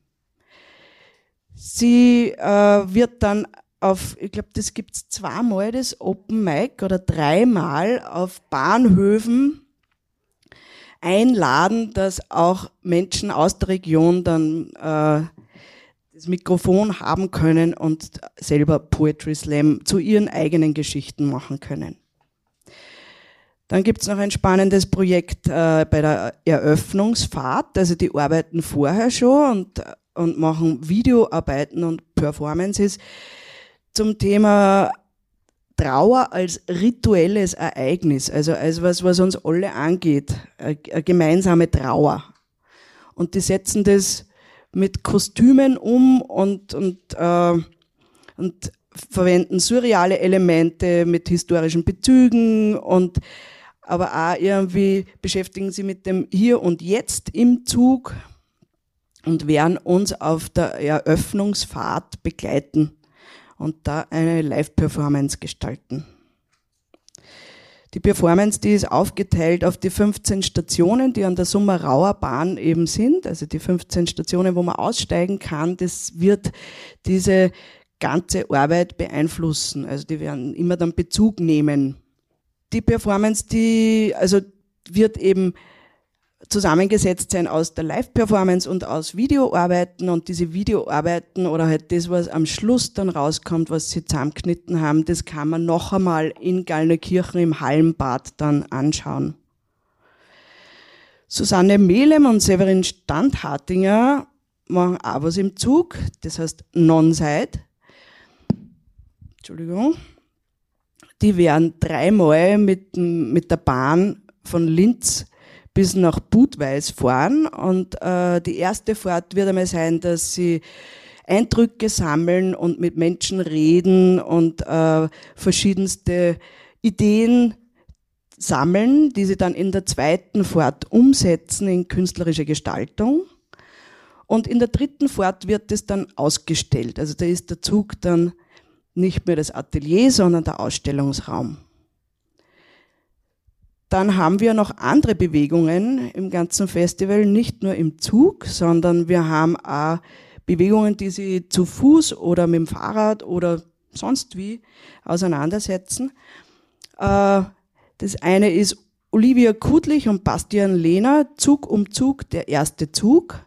Sie äh, wird dann auf, ich glaube, das gibt es zweimal, das Open Mic, oder dreimal auf Bahnhöfen einladen, dass auch Menschen aus der Region dann äh, das Mikrofon haben können und selber Poetry Slam zu ihren eigenen Geschichten machen können. Dann gibt es noch ein spannendes Projekt äh, bei der Eröffnungsfahrt, also die arbeiten vorher schon und, und machen Videoarbeiten und Performances zum Thema Trauer als rituelles Ereignis, also als was, was uns alle angeht, eine, eine gemeinsame Trauer. Und die setzen das mit Kostümen um und, und, äh, und verwenden surreale Elemente mit historischen Bezügen, und aber auch irgendwie beschäftigen sie mit dem Hier und Jetzt im Zug und werden uns auf der Eröffnungsfahrt begleiten und da eine Live-Performance gestalten. Die Performance, die ist aufgeteilt auf die fünfzehn Stationen, die an der Summerauer Bahn eben sind, also die fünfzehn Stationen, wo man aussteigen kann. Das wird diese ganze Arbeit beeinflussen, also die werden immer dann Bezug nehmen. Die Performance, die also wird eben zusammengesetzt sein aus der Live-Performance und aus Videoarbeiten, und diese Videoarbeiten oder halt das, was am Schluss dann rauskommt, was sie zusammengeschnitten haben, das kann man noch einmal in Gallnerkirchen im Hallenbad dann anschauen. Susanne Melem und Severin Standhartinger machen auch was im Zug, das heißt Non-Side. Entschuldigung. Die werden dreimal mit, mit der Bahn von Linz bis nach Budweis fahren, und äh, die erste Fahrt wird einmal sein, dass sie Eindrücke sammeln und mit Menschen reden und äh, verschiedenste Ideen sammeln, die sie dann in der zweiten Fahrt umsetzen in künstlerische Gestaltung. Und in der dritten Fahrt wird es dann ausgestellt. Also da ist der Zug dann nicht mehr das Atelier, sondern der Ausstellungsraum. Dann haben wir noch andere Bewegungen im ganzen Festival, nicht nur im Zug, sondern wir haben auch Bewegungen, die sie zu Fuß oder mit dem Fahrrad oder sonst wie auseinandersetzen. Das eine ist Olivia Kudlich und Bastian Lehner, Zug um Zug, der erste Zug.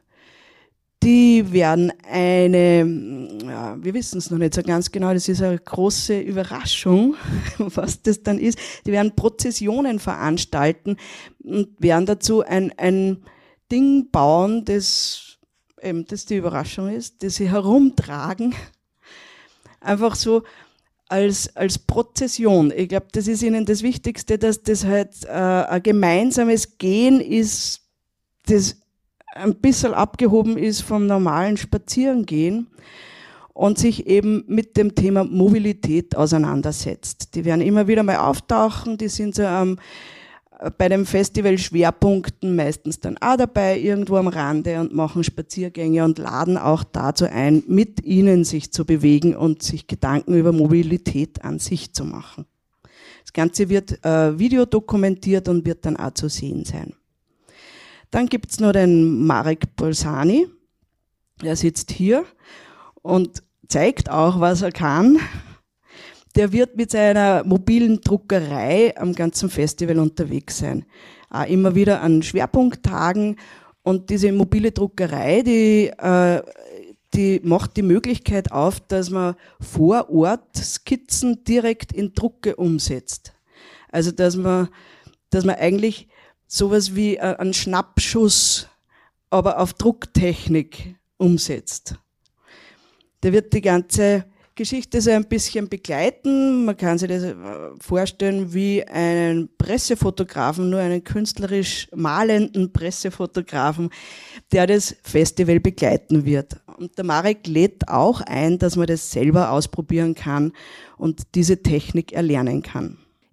Die werden eine, ja, wir wissen es noch nicht so ganz genau, das ist eine große Überraschung, was das dann ist. Die werden Prozessionen veranstalten und werden dazu ein, ein Ding bauen, das, eben, das die Überraschung ist, das sie herumtragen. Einfach so als, als Prozession. Ich glaube, das ist ihnen das Wichtigste, dass das halt äh, ein gemeinsames Gehen ist, das ein bisschen abgehoben ist vom normalen Spazierengehen und sich eben mit dem Thema Mobilität auseinandersetzt. Die werden immer wieder mal auftauchen, die sind so ähm, bei den Festival-Schwerpunkten meistens dann auch dabei, irgendwo am Rande, und machen Spaziergänge und laden auch dazu ein, mit ihnen sich zu bewegen und sich Gedanken über Mobilität an sich zu machen. Das Ganze wird äh, videodokumentiert und wird dann auch zu sehen sein. Dann gibt's noch den Marek Bolsani, der sitzt hier und zeigt auch, was er kann. Der wird mit seiner mobilen Druckerei am ganzen Festival unterwegs sein. Auch immer wieder an Schwerpunkttagen, und diese mobile Druckerei, die, äh, die macht die Möglichkeit auf, dass man vor Ort Skizzen direkt in Drucke umsetzt. Also dass man, dass man eigentlich sowas wie einen Schnappschuss, aber auf Drucktechnik umsetzt. Der wird die ganze Geschichte so ein bisschen begleiten. Man kann sich das vorstellen wie einen Pressefotografen, nur einen künstlerisch malenden Pressefotografen, der das Festival begleiten wird. Und der Marek lädt auch ein, dass man das selber ausprobieren kann und diese Technik erlernen kann.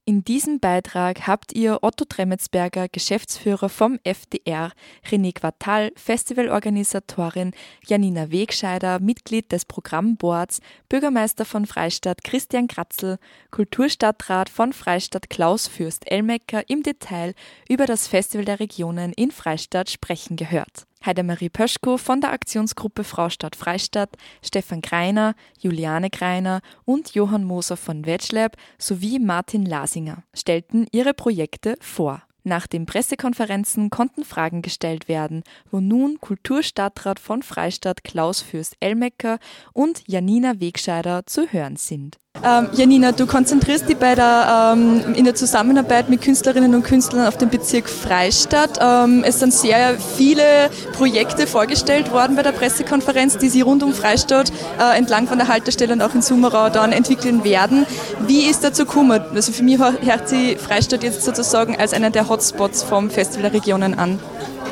In diesem Beitrag habt ihr Otto Tremetsberger, Geschäftsführer vom F D R, René Quartal, Festivalorganisatorin, Janina Wegscheider, Mitglied des Programmboards, Bürgermeister von Freistadt Christian Kratzl, Kulturstadtrat von Freistadt Klaus Fürst-Elmecker im Detail über das Festival der Regionen in Freistadt sprechen gehört. Heidemarie Pöschko von der Aktionsgruppe Fraustadt Freistadt, Stefan Greiner, Juliane Greiner und Johann Moser von Vetchlab sowie Martin Lasinger stellten ihre Projekte vor. Nach den Pressekonferenzen konnten Fragen gestellt werden, wo nun Kulturstadtrat von Freistadt Klaus Fürst-Elmecker und Janina Wegscheider zu hören sind. Ähm, Janina, du konzentrierst dich bei der, ähm, in der Zusammenarbeit mit Künstlerinnen und Künstlern auf den Bezirk Freistadt. Ähm, es sind sehr viele Projekte vorgestellt worden bei der Pressekonferenz, die sie rund um Freistadt äh, entlang von der Haltestelle und auch in Summerau dann entwickeln werden. Wie ist dazu gekommen? Also für mich hört sich Freistadt jetzt sozusagen als einer der Hotspots vom Festival der Regionen an.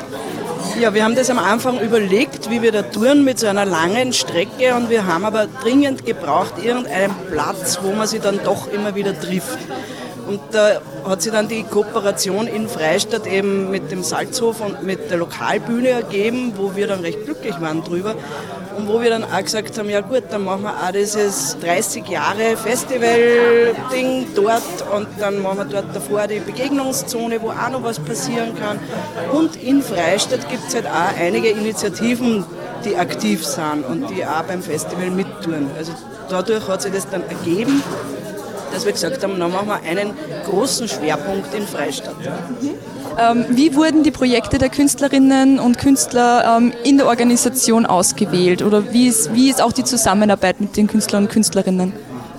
Ja, wir haben das am Anfang überlegt, wie wir da touren mit so einer langen Strecke, und wir haben aber dringend gebraucht irgendeinen Platz, wo man sich dann doch immer wieder trifft. Und da hat sich dann die Kooperation in Freistadt eben mit dem Salzhof und mit der Lokalbühne ergeben, wo wir dann recht glücklich waren drüber. Und wo wir dann auch gesagt haben, ja gut, dann machen wir auch dieses dreißig Jahre Festival-Ding dort, und dann machen wir dort davor die Begegnungszone, wo auch noch was passieren kann. Und in Freistadt gibt es halt auch einige Initiativen, die aktiv sind und die auch beim Festival mittun. Also dadurch hat sich das dann ergeben, dass wir gesagt haben, dann machen wir einen großen Schwerpunkt in Freistadt. Mhm. Ähm, wie wurden die Projekte der Künstlerinnen und Künstler ähm, in der Organisation ausgewählt? Oder wie ist, wie ist auch die Zusammenarbeit mit den Künstlern und Künstlerinnen?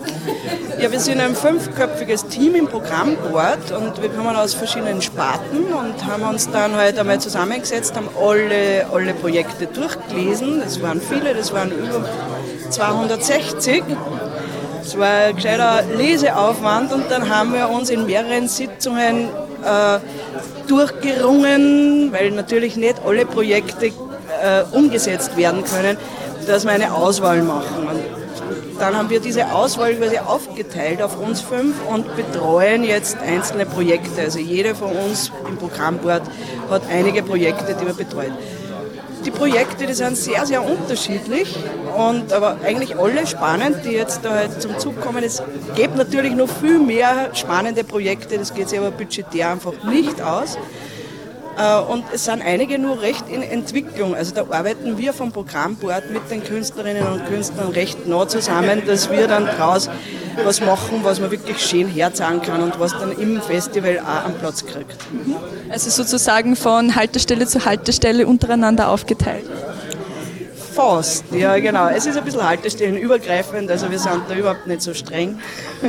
Ja, wir sind ein fünfköpfiges Team im Programmboard, und wir kommen aus verschiedenen Sparten und haben uns dann halt einmal zusammengesetzt, haben alle, alle Projekte durchgelesen. Das waren viele, das waren über zweihundertsechzig. Es war ein gescheiter Leseaufwand, und dann haben wir uns in mehreren Sitzungen äh, durchgerungen, weil natürlich nicht alle Projekte äh, umgesetzt werden können, dass wir eine Auswahl machen. Und dann haben wir diese Auswahl quasi aufgeteilt auf uns fünf und betreuen jetzt einzelne Projekte. Also jeder von uns im Programmboard hat einige Projekte, die wir betreuen. Die Projekte, die sind sehr, sehr unterschiedlich, und aber eigentlich alle spannend, die jetzt da halt zum Zug kommen. Es gibt natürlich noch viel mehr spannende Projekte, das geht sich aber budgetär einfach nicht aus. Und es sind einige nur recht in Entwicklung. Also da arbeiten wir vom Programmboard mit den Künstlerinnen und Künstlern recht nah zusammen, dass wir dann draus was machen, was man wirklich schön herzeigen kann und was dann im Festival auch einen Platz kriegt. Also sozusagen von Haltestelle zu Haltestelle untereinander aufgeteilt? Fast, ja genau. Es ist ein bisschen haltestellenübergreifend, also wir sind da überhaupt nicht so streng.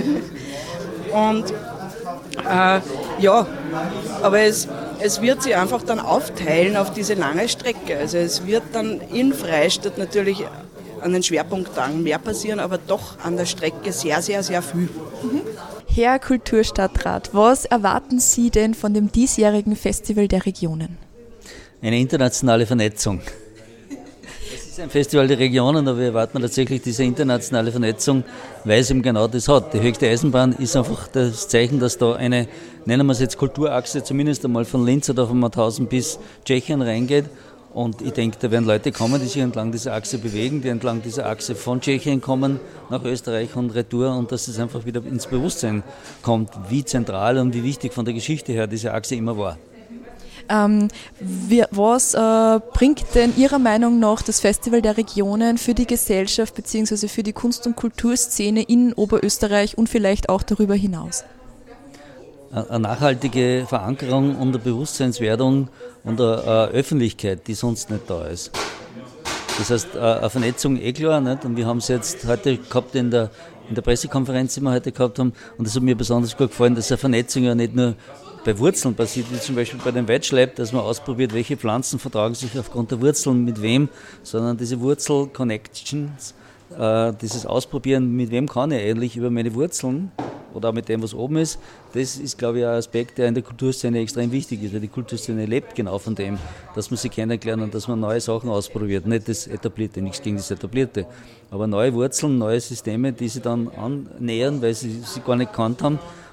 Und äh, ja, aber es, es wird sich einfach dann aufteilen auf diese lange Strecke. Also es wird dann in Freistadt natürlich an den Schwerpunkttagen mehr passieren, aber doch an der Strecke sehr, sehr, sehr viel. Mhm. Herr Kulturstadtrat, was erwarten Sie denn von dem diesjährigen Festival der Regionen? Eine internationale Vernetzung. Es ist ein Festival der Regionen, aber wir erwarten tatsächlich diese internationale Vernetzung, weil es eben genau das hat. Die höchste Eisenbahn ist einfach das Zeichen, dass da eine, nennen wir es jetzt Kulturachse, zumindest einmal von Linz oder von Mauthausen bis Tschechien reingeht. Und ich denke, da werden Leute kommen, die sich entlang dieser Achse bewegen, die entlang dieser Achse von Tschechien kommen, nach Österreich und retour, und dass es einfach wieder ins Bewusstsein kommt, wie zentral und wie wichtig von der Geschichte her diese Achse immer war. Ähm, wie, was äh, bringt denn Ihrer Meinung nach das Festival der Regionen für die Gesellschaft bzw. für die Kunst- und Kulturszene in Oberösterreich und vielleicht auch darüber hinaus? Eine nachhaltige Verankerung und eine Bewusstseinswerdung und eine Öffentlichkeit, die sonst nicht da ist. Das heißt, eine Vernetzung eh klar, nicht? Und wir haben es jetzt heute gehabt in der, in der Pressekonferenz, die wir heute gehabt haben, und das hat mir besonders gut gefallen, dass eine Vernetzung ja nicht nur bei Wurzeln passiert, wie zum Beispiel bei dem Vetchlab, dass man ausprobiert, welche Pflanzen vertragen sich aufgrund der Wurzeln mit wem, sondern diese Wurzel-Connections, äh, dieses Ausprobieren, mit wem kann ich eigentlich über meine Wurzeln oder auch mit dem, was oben ist, das ist, glaube ich, ein Aspekt, der in der Kulturszene extrem wichtig ist, weil die Kulturszene lebt genau von dem, dass man sich kennenlernt und dass man neue Sachen ausprobiert, nicht das Etablierte, nichts gegen das Etablierte, aber neue Wurzeln, neue Systeme, die sie dann annähern, weil sie sie gar nicht gekannt haben,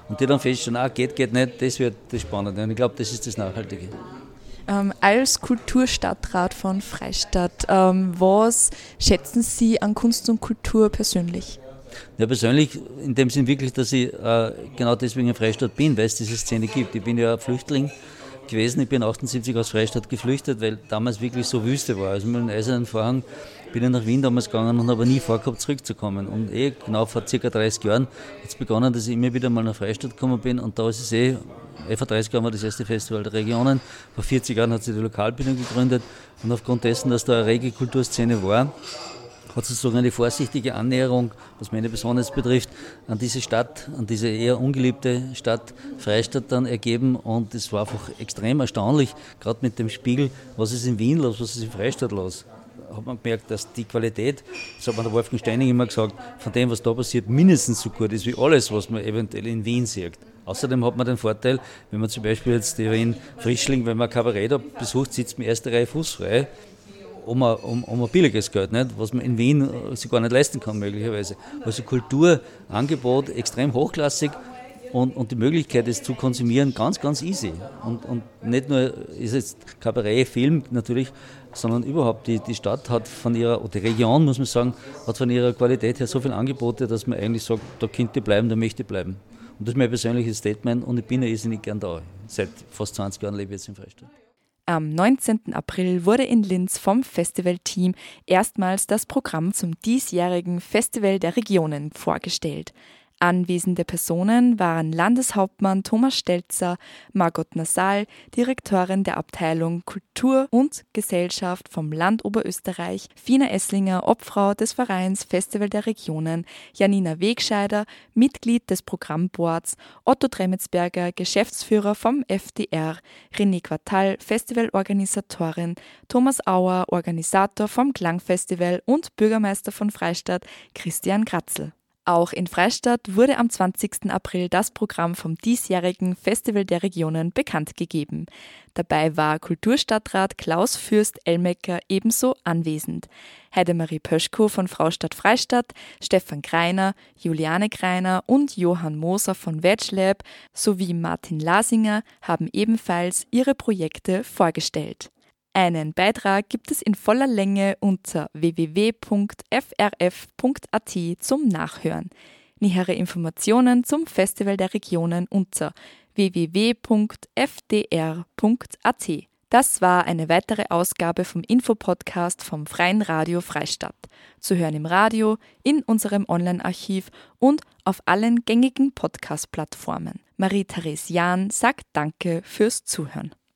und die dann feststellen, ah, geht, geht nicht, das wird das Spannende. Und ich glaube, das ist das Nachhaltige. Ähm, als Kulturstadtrat von Freistadt, ähm, was schätzen Sie an Kunst und Kultur persönlich? Ja, persönlich in dem Sinn wirklich, dass ich äh, genau deswegen in Freistadt bin, weil es diese Szene gibt. Ich bin ja Flüchtling gewesen, ich bin achtundsiebzig aus Freistadt geflüchtet, weil damals wirklich so Wüste war. Also mit dem Eisernen Vorhang bin ich nach Wien damals gegangen und habe nie vorgehabt, zurückzukommen. Und eh genau vor ca. dreißig Jahren hat es begonnen, dass ich immer wieder mal nach Freistadt gekommen bin und da ist es eh, eh vor dreißig Jahren war das erste Festival der Regionen, vor vierzig Jahren hat sich die Lokalbühne gegründet und aufgrund dessen, dass da eine rege Kulturszene war, hat sozusagen eine vorsichtige Annäherung, was meine Person jetzt betrifft, an diese Stadt, an diese eher ungeliebte Stadt Freistadt dann ergeben und es war einfach extrem erstaunlich, gerade mit dem Spiegel, was ist in Wien los, was ist in Freistadt los. Hat man gemerkt, dass die Qualität, das hat man der Wolfgang Steining immer gesagt, von dem, was da passiert, mindestens so gut ist wie alles, was man eventuell in Wien sieht. Außerdem hat man den Vorteil, wenn man zum Beispiel jetzt die Wien Frischling, wenn man Kabarett da besucht, sitzt man in erster Reihe fußfrei. Um ein, um, um ein billiges Geld, nicht? Was man in Wien sich gar nicht leisten kann, möglicherweise. Also Kulturangebot extrem hochklassig und, und die Möglichkeit, es zu konsumieren, ganz, ganz easy. Und, und nicht nur ist jetzt Kabarett, Film natürlich, sondern überhaupt die, die Stadt hat von ihrer, oder die Region, muss man sagen, hat von ihrer Qualität her so viele Angebote, dass man eigentlich sagt, da könnte ich bleiben, da möchte ich bleiben. Und das ist mein persönliches Statement und ich bin ja irrsinnig gern da. Seit fast zwanzig Jahren lebe ich jetzt in Freistadt. Am neunzehnten April wurde in Linz vom Festivalteam erstmals das Programm zum diesjährigen Festival der Regionen vorgestellt. Anwesende Personen waren Landeshauptmann Thomas Stelzer, Margot Nasal, Direktorin der Abteilung Kultur und Gesellschaft vom Land Oberösterreich, Fina Esslinger, Obfrau des Vereins Festival der Regionen, Janina Wegscheider, Mitglied des Programmboards, Otto Tremetsberger, Geschäftsführer vom F D R, René Quartal, Festivalorganisatorin, Thomas Auer, Organisator vom Klangfestival und Bürgermeister von Freistadt, Christian Kratzl. Auch in Freistadt wurde am zwanzigsten April das Programm vom diesjährigen Festival der Regionen bekannt gegeben. Dabei war Kulturstadtrat Klaus Fürst-Elmecker ebenso anwesend. Heidemarie Pöschko von Fraustadt Freistadt, Stefan Greiner, Juliane Greiner und Johann Moser von VegLab sowie Martin Lasinger haben ebenfalls ihre Projekte vorgestellt. Einen Beitrag gibt es in voller Länge unter w w w punkt f r f punkt a t zum Nachhören. Nähere Informationen zum Festival der Regionen unter w w w punkt f d r punkt a t. Das war eine weitere Ausgabe vom Infopodcast vom Freien Radio Freistadt. Zu hören im Radio, in unserem Online-Archiv und auf allen gängigen Podcast-Plattformen. Marie-Therese Jahn sagt Danke fürs Zuhören.